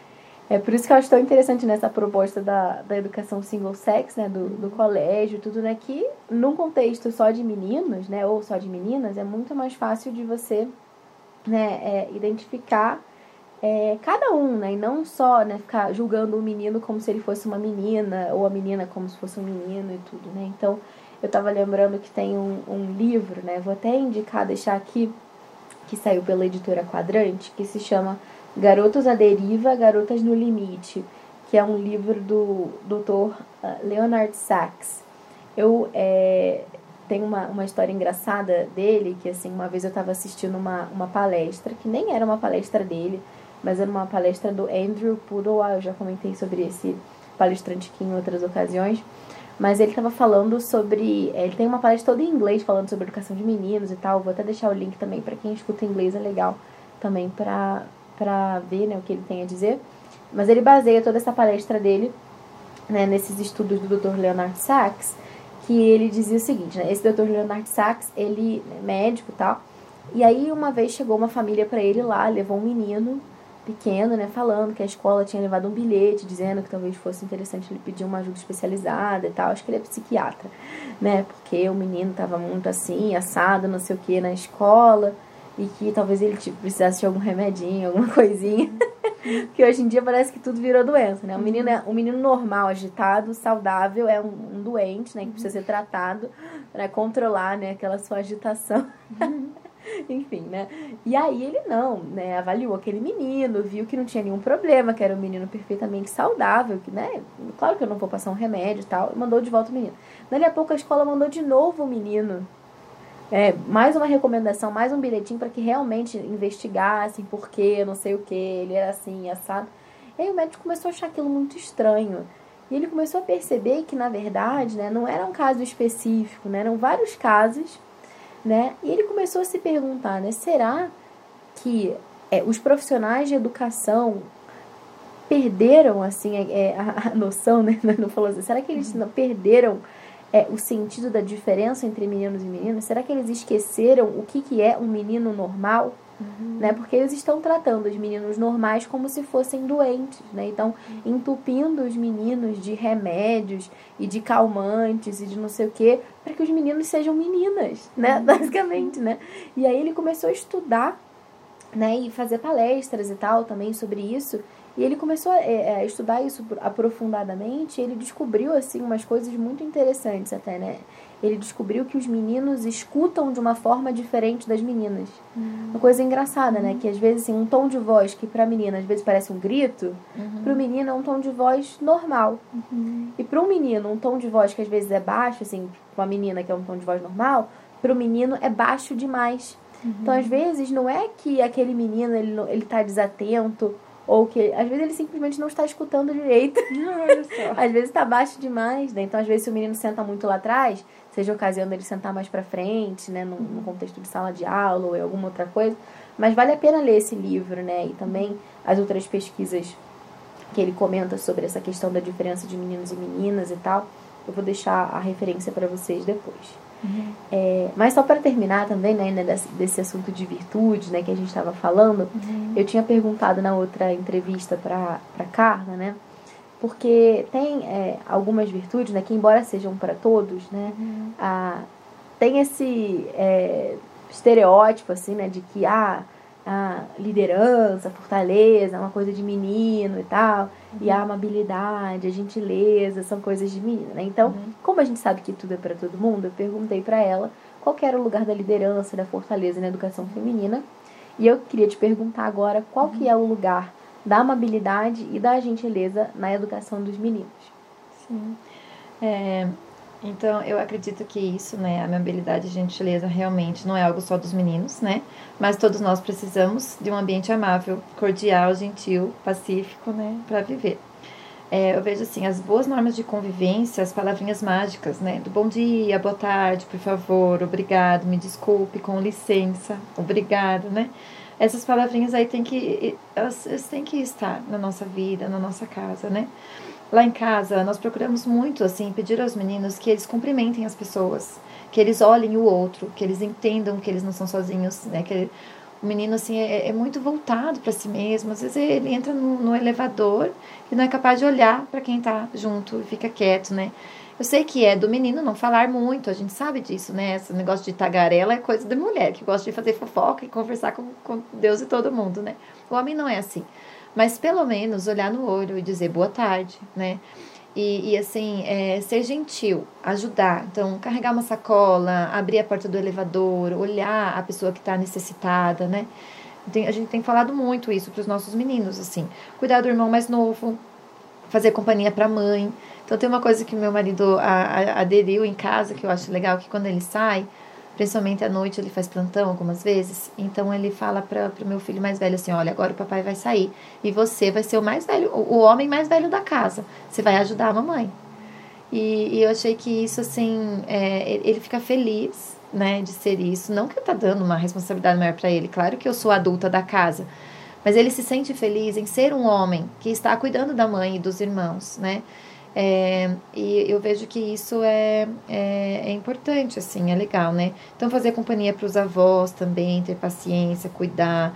Speaker 1: É por isso que eu acho tão interessante nessa proposta da, da educação single sex, né, do, do colégio, tudo, né, que num contexto só de meninos, né, ou só de meninas, é muito mais fácil de você, né, é, identificar é, cada um, né, e não só, né, ficar julgando o menino como se ele fosse uma menina, ou a menina como se fosse um menino e tudo, né. Então, eu tava lembrando que tem um, um livro, né, vou até indicar, deixar aqui, que saiu pela editora Quadrante, que se chama Garotos à Deriva, Garotas no Limite, que é um livro do doutor Leonard Sachs. Eu é, tenho uma, uma história engraçada dele, que assim, uma vez eu estava assistindo uma, uma palestra, que nem era uma palestra dele, mas era uma palestra do Andrew Pudewa. Eu já comentei sobre esse palestrante aqui em outras ocasiões. Mas ele estava falando sobre... Ele tem uma palestra toda em inglês falando sobre educação de meninos e tal. Vou até deixar o link também para quem escuta inglês, é legal também para para ver, né, o que ele tem a dizer. Mas ele baseia toda essa palestra dele, né, nesses estudos do doutor Leonard Sachs, que ele dizia o seguinte, né, esse doutor Leonard Sachs, ele é médico e tal, e aí uma vez chegou uma família para ele lá, levou um menino pequeno, né, falando que a escola tinha levado um bilhete dizendo que talvez fosse interessante ele pedir uma ajuda especializada e tal. Acho que ele é psiquiatra, né, porque o menino tava muito assim, assado, não sei o que, na escola, e que talvez ele tipo, precisasse de algum remedinho, alguma coisinha. Porque hoje em dia parece que tudo virou doença, né? O menino, é, um menino normal, agitado, saudável, é um, um doente, né? Que precisa ser tratado para controlar, né? Aquela sua agitação. Enfim, né? E aí ele não, né? Avaliou aquele menino, viu que não tinha nenhum problema, que era um menino perfeitamente saudável, que, né? Claro que eu não vou passar um remédio e tal, e mandou de volta o menino. Dali a pouco a escola mandou de novo o menino. É, mais uma recomendação, mais um bilhetinho para que realmente investigassem por quê, não sei o que, ele era assim, assado. E aí o médico começou a achar aquilo muito estranho. E ele começou a perceber que, na verdade, né, não era um caso específico, né, eram vários casos, né? E ele começou a se perguntar, né, será que é, os profissionais de educação perderam, assim, é, a, a noção, né? Não falou assim, será que eles não perderam é, o sentido da diferença entre meninos e meninas? Será que eles esqueceram o que, que é um menino normal? Uhum. Né? Porque eles estão tratando os meninos normais como se fossem doentes, né? Então, entupindo os meninos de remédios e de calmantes e de não sei o quê, para que os meninos sejam meninas, né? Uhum. Basicamente, né? E aí ele começou a estudar, né? E fazer palestras e tal também sobre isso. E ele começou a, é, a estudar isso aprofundadamente, e ele descobriu, assim, umas coisas muito interessantes até, né? Ele descobriu que os meninos escutam de uma forma diferente das meninas. Uhum. Uma coisa engraçada, uhum. né? Que às vezes, assim, um tom de voz que pra menina às vezes parece um grito, uhum. pro menino é um tom de voz normal. Uhum. E pro menino, um tom de voz que às vezes é baixo, assim, pra uma menina que é um tom de voz normal, pro menino é baixo demais. Uhum. Então, às vezes, não é que aquele menino, ele, ele tá desatento, ou que, às vezes, ele simplesmente não está escutando direito. Olha só. Às vezes está baixo demais, né? Então, às vezes, se o menino senta muito lá atrás, seja a ocasião dele sentar mais pra frente, né? No, no contexto de sala de aula ou em alguma outra coisa. Mas vale a pena ler esse livro, né? E também as outras pesquisas que ele comenta sobre essa questão da diferença de meninos e meninas e tal. Eu vou deixar a referência para vocês depois. Uhum. É, mas só para terminar também, né, né, desse, desse assunto de virtude, né, que a gente estava falando, uhum. eu tinha perguntado na outra entrevista para para Carla, né, porque tem é, algumas virtudes, né, que embora sejam para todos, né, uhum. a, tem esse é, estereótipo assim, né, de que ah, a liderança, a fortaleza é uma coisa de menino e tal, uhum. e a amabilidade, a gentileza são coisas de menino, né? Então, uhum. como a gente sabe que tudo é para todo mundo, eu perguntei para ela qual que era o lugar da liderança, da fortaleza na educação feminina, e eu queria te perguntar agora qual uhum. que é o lugar da amabilidade e da gentileza na educação dos meninos.
Speaker 2: Sim. É... Então, eu acredito que isso, né, a amabilidade e gentileza realmente não é algo só dos meninos, né, mas todos nós precisamos de um ambiente amável, cordial, gentil, pacífico, né, para viver. É, eu vejo assim, as boas normas de convivência, as palavrinhas mágicas, né, do bom dia, boa tarde, por favor, obrigado, me desculpe, com licença, obrigado, né, essas palavrinhas aí tem que, elas, elas têm que estar na nossa vida, na nossa casa, né. Lá em casa, nós procuramos muito, assim, pedir aos meninos que eles cumprimentem as pessoas, que eles olhem o outro, que eles entendam que eles não são sozinhos, né? Que ele, o menino, assim, é, é muito voltado para si mesmo. Às vezes ele entra no, no elevador e não é capaz de olhar para quem está junto e fica quieto, né? Eu sei que é do menino não falar muito, a gente sabe disso, né? Esse negócio de tagarela é coisa da mulher, que gosta de fazer fofoca e conversar com, com Deus e todo mundo, né? O homem não é assim. Mas pelo menos olhar no olho e dizer boa tarde, né? E, e assim, é, ser gentil, ajudar. Então, carregar uma sacola, abrir a porta do elevador, olhar a pessoa que está necessitada, né? Tem, a gente tem falado muito isso para os nossos meninos, assim. Cuidar do irmão mais novo, fazer companhia para a mãe. Então, tem uma coisa que meu marido a, a, aderiu em casa, que eu acho legal, que quando ele sai, principalmente à noite, ele faz plantão algumas vezes, então ele fala para o meu filho mais velho assim, olha, agora o papai vai sair, e você vai ser o mais velho, o, o homem mais velho da casa, você vai ajudar a mamãe. E, e eu achei que isso, assim, é, ele fica feliz, né, de ser isso, não que eu tá dando uma responsabilidade maior para ele, claro que eu sou adulta da casa, mas ele se sente feliz em ser um homem que está cuidando da mãe e dos irmãos, né. É, e eu vejo que isso é, é, é importante, assim, é legal, né? Então, fazer companhia para os avós também, ter paciência, cuidar.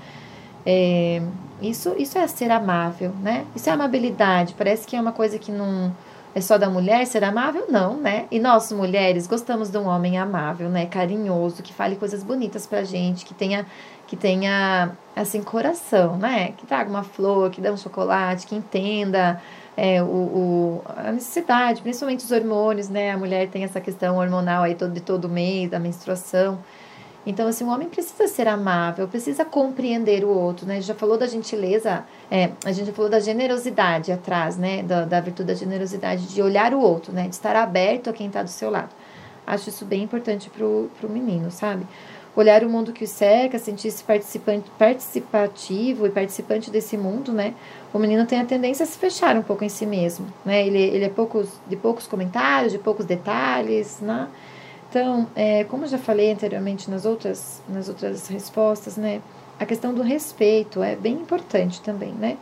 Speaker 2: É, isso, isso é ser amável, né? Isso é amabilidade. Parece que é uma coisa que não, é só da mulher ser amável? Não, né? E nós, mulheres, gostamos de um homem amável, né? Carinhoso, que fale coisas bonitas pra gente, que tenha, que tenha assim, coração, né? Que traga uma flor, que dê um chocolate, que entenda é, o, o, a necessidade, principalmente os hormônios, né? A mulher tem essa questão hormonal aí todo, de todo mês, da menstruação. Então, assim, o homem precisa ser amável, precisa compreender o outro, né? A gente já falou da gentileza, é, a gente já falou da generosidade atrás, né? Da, da virtude da generosidade, de olhar o outro, né? De estar aberto a quem está do seu lado. Acho isso bem importante pro, pro menino, sabe? Olhar o mundo que o cerca, sentir-se participante, participativo e participante desse mundo, né? O menino tem a tendência a se fechar um pouco em si mesmo, né? Ele, ele é poucos, de poucos comentários, de poucos detalhes, né? Então, é, como eu já falei anteriormente nas outras, nas outras respostas, né, a questão do respeito é bem importante também, né?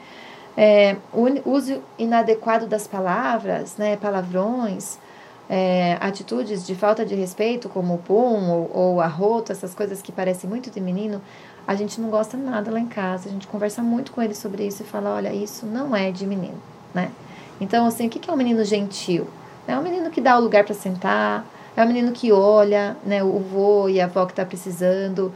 Speaker 2: É, o uso inadequado das palavras, né, palavrões, é, atitudes de falta de respeito, como o pum ou, ou arroto, essas coisas que parecem muito de menino, a gente não gosta nada lá em casa. A gente conversa muito com ele sobre isso e fala, olha, isso não é de menino, né? Então, assim, o que é um menino gentil? É um menino que dá o lugar para sentar. É um menino que olha, né, o vô e a avó que está precisando,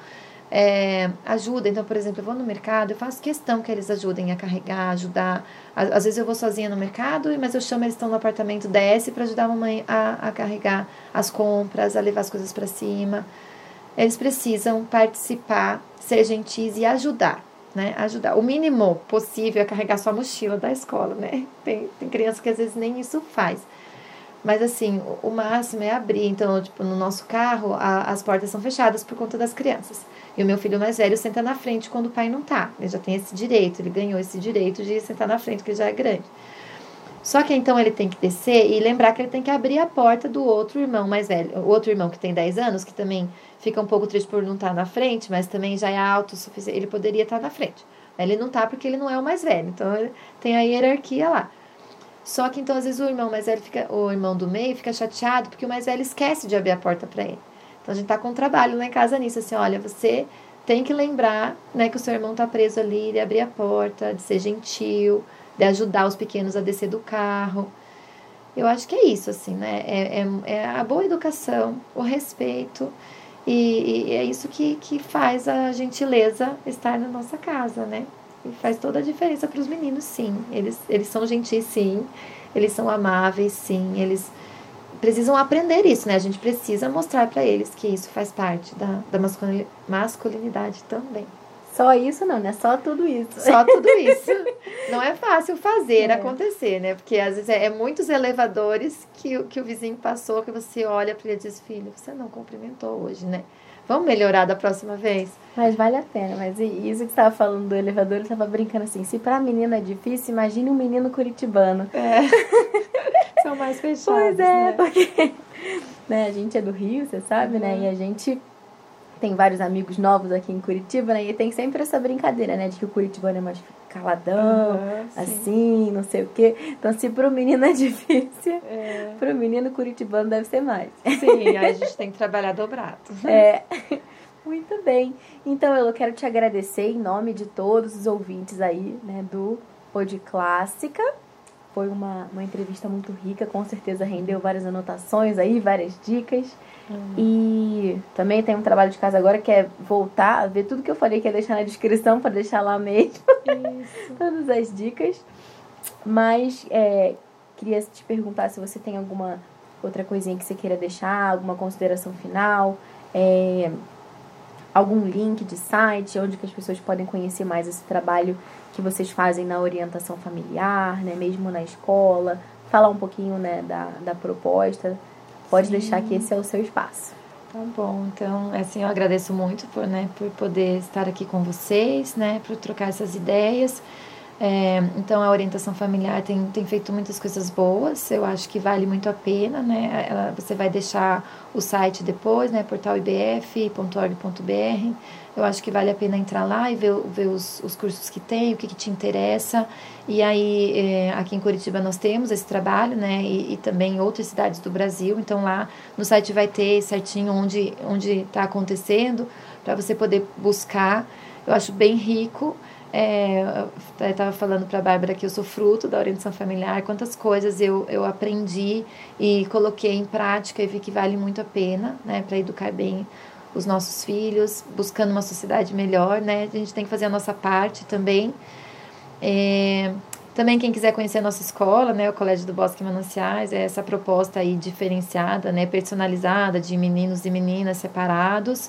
Speaker 2: é, ajuda. Então, por exemplo, eu vou no mercado, eu faço questão que eles ajudem a carregar, ajudar. Às vezes eu vou sozinha no mercado, mas eu chamo, eles estão no apartamento, desce para ajudar a mamãe a, a carregar as compras, a levar as coisas para cima. Eles precisam participar, ser gentis e ajudar, né? Ajudar. O mínimo possível é carregar sua mochila da escola, né? Tem, tem criança que às vezes nem isso faz. Mas, assim, o máximo é abrir. Então, tipo, no nosso carro, a, as portas são fechadas por conta das crianças. E o meu filho mais velho senta na frente quando o pai não tá. Ele já tem esse direito, ele ganhou esse direito de sentar na frente, porque ele já é grande. Só que, então, ele tem que descer e lembrar que ele tem que abrir a porta do outro irmão mais velho. O outro irmão que tem dez anos, que também fica um pouco triste por não estar na frente, mas também já é autossuficiente. Ele poderia estar na frente. Ele não tá porque ele não é o mais velho. Então, tem a hierarquia lá. Só que, então, às vezes, o irmão mais velho, fica, o irmão do meio fica chateado porque o mais velho esquece de abrir a porta para ele. Então, a gente tá com um trabalho lá em casa nisso, assim, olha, você tem que lembrar, né, que o seu irmão tá preso ali, de abrir a porta, de ser gentil, de ajudar os pequenos a descer do carro. Eu acho que é isso, assim, né, é, é, é a boa educação, o respeito, e, e é isso que, que faz a gentileza estar na nossa casa, né. E faz toda a diferença para os meninos, sim. Eles, eles são gentis, sim. Eles são amáveis, sim. Eles precisam aprender isso, né? A gente precisa mostrar para eles que isso faz parte da, da masculinidade também.
Speaker 1: Só isso não, né? Só tudo isso.
Speaker 2: Só tudo isso. Não é fácil fazer
Speaker 1: é.
Speaker 2: acontecer, né? Porque às vezes é, é muitos elevadores que, que o vizinho passou, que você olha para ele e diz, filho, você não cumprimentou hoje, né? Vamos melhorar da próxima vez?
Speaker 1: Mas vale a pena. Mas isso que você estava falando do elevador, eu estava brincando assim, se para a menina é difícil, imagine um menino curitibano.
Speaker 2: É. São mais fechados,
Speaker 1: Pois é,
Speaker 2: né?
Speaker 1: porque né, a gente é do Rio, você sabe, uhum. né? E a gente tem vários amigos novos aqui em Curitiba, né? E tem sempre essa brincadeira, né? De que o curitibano é mais caladão, uhum, assim, não sei o quê. Então, se pro menino é difícil, é. pro menino curitibano deve ser mais.
Speaker 2: Sim, aí a gente tem que trabalhar dobrado.
Speaker 1: É. Muito bem. Então, eu quero te agradecer em nome de todos os ouvintes aí, né? Do Pod Clássica. Foi uma, uma entrevista muito rica, com certeza rendeu várias anotações aí, várias dicas. Uhum. E também tem um trabalho de casa agora que é voltar a ver tudo que eu falei, que é deixar na descrição para deixar lá mesmo. Isso. Todas as dicas. Mas é, queria te perguntar se você tem alguma outra coisinha que você queira deixar, alguma consideração final, é, algum link de site, onde que as pessoas podem conhecer mais esse trabalho que vocês fazem na orientação familiar, né, mesmo na escola, falar um pouquinho, né, da, da proposta. Pode Sim. deixar que esse é o seu espaço.
Speaker 2: Tá bom, então, assim, eu agradeço muito por, né, por poder estar aqui com vocês, né, por trocar essas ideias. É, então, a orientação familiar tem, tem feito muitas coisas boas, eu acho que vale muito a pena, né, ela, você vai deixar o site depois, né, portal i b f ponto org ponto b r, eu acho que vale a pena entrar lá e ver, ver os, os cursos que tem, o que, que te interessa, e aí, é, aqui em Curitiba nós temos esse trabalho, né, e, e também em outras cidades do Brasil, então lá no site vai ter certinho onde onde está acontecendo, para você poder buscar, eu acho bem rico. É, eu estava falando para a Bárbara que eu sou fruto da orientação familiar, quantas coisas eu, eu aprendi e coloquei em prática e vi que vale muito a pena, né, para educar bem os nossos filhos, buscando uma sociedade melhor, né, a gente tem que fazer a nossa parte também. É, também quem quiser conhecer a nossa escola, né, o Colégio do Bosque Mananciais, é essa proposta aí diferenciada, né, personalizada, de meninos e meninas separados,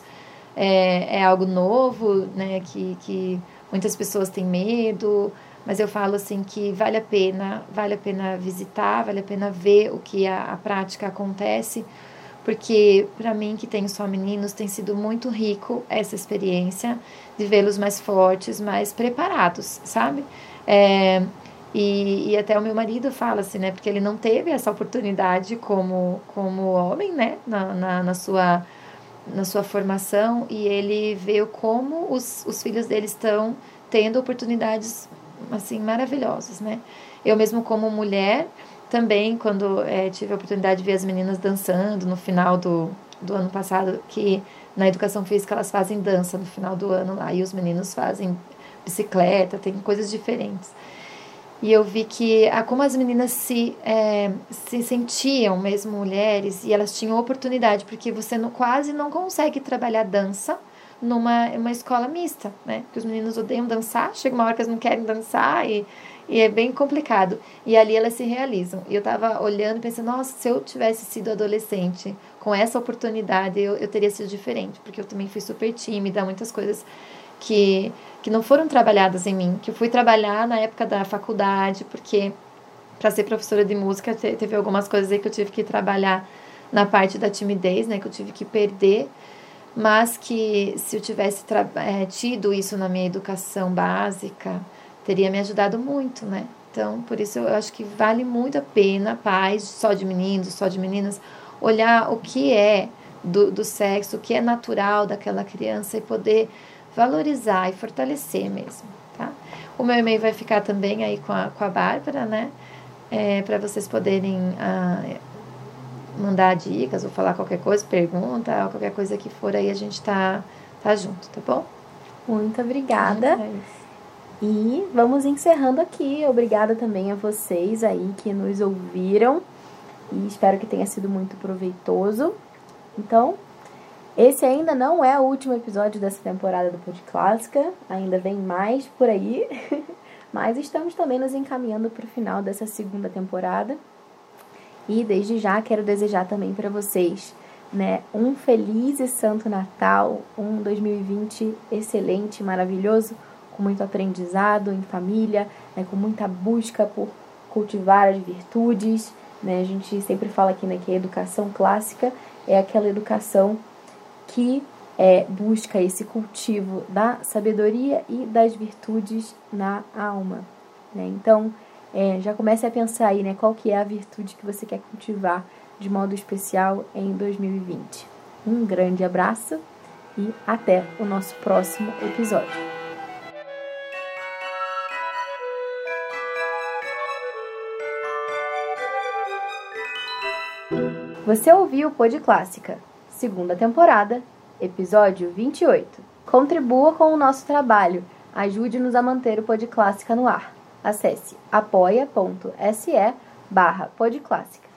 Speaker 2: é, é algo novo, né, que, que muitas pessoas têm medo, mas eu falo assim que vale a pena, vale a pena visitar, vale a pena ver o que a, a prática acontece, porque para mim que tenho só meninos tem sido muito rico essa experiência de vê-los mais fortes, mais preparados, sabe? É, e, e até o meu marido fala assim, né? Porque ele não teve essa oportunidade como, como homem, né? Na, na, na sua, na sua formação, e ele vê como os, os filhos dele estão tendo oportunidades assim maravilhosas, né? Eu mesmo como mulher também, quando é, tive a oportunidade de ver as meninas dançando no final do, do ano passado, que na educação física elas fazem dança no final do ano lá, e os meninos fazem bicicleta, tem coisas diferentes. E eu vi que ah, como as meninas se, é, se sentiam mesmo mulheres, e elas tinham oportunidade, porque você não, quase não consegue trabalhar dança numa uma escola mista, né? Porque os meninos odeiam dançar, chega uma hora que eles não querem dançar e, e é bem complicado. E ali elas se realizam. E eu tava olhando e pensando, nossa, se eu tivesse sido adolescente com essa oportunidade, eu, eu teria sido diferente, porque eu também fui super tímida, muitas coisas que, que não foram trabalhadas em mim, que eu fui trabalhar na época da faculdade, porque para ser professora de música teve algumas coisas aí que eu tive que trabalhar na parte da timidez, né, que eu tive que perder, mas que se eu tivesse é, tido isso na minha educação básica, teria me ajudado muito, né? Então, por isso eu acho que vale muito a pena, pais, só de meninos, só de meninas, olhar o que é do, do sexo, o que é natural daquela criança e poder valorizar e fortalecer mesmo, tá? O meu e-mail vai ficar também aí com a, com a Bárbara, né? É, para vocês poderem ah, mandar dicas ou falar qualquer coisa, pergunta, ou qualquer coisa que for aí, a gente tá, tá junto, tá bom?
Speaker 1: Muito obrigada. É e vamos encerrando aqui. Obrigada também a vocês aí que nos ouviram. E espero que tenha sido muito proveitoso. Então, esse ainda não é o último episódio dessa temporada do Pod Clássica. Ainda vem mais por aí. Mas estamos também nos encaminhando para o final dessa segunda temporada. E desde já quero desejar também para vocês, né, um feliz e santo Natal, um dois mil e vinte excelente, maravilhoso, com muito aprendizado em família, né, com muita busca por cultivar as virtudes, né? A gente sempre fala aqui, né, que a educação clássica é aquela educação que é, busca esse cultivo da sabedoria e das virtudes na alma, né? Então, É, já comece a pensar aí, né, qual que é a virtude que você quer cultivar de modo especial em dois mil e vinte. Um grande abraço e até o nosso próximo episódio. Você ouviu o Pod Clássica, segunda temporada, episódio vinte e oito. Contribua com o nosso trabalho, ajude-nos a manter o Pod Clássica no ar. Acesse apoia.se barra podclássica.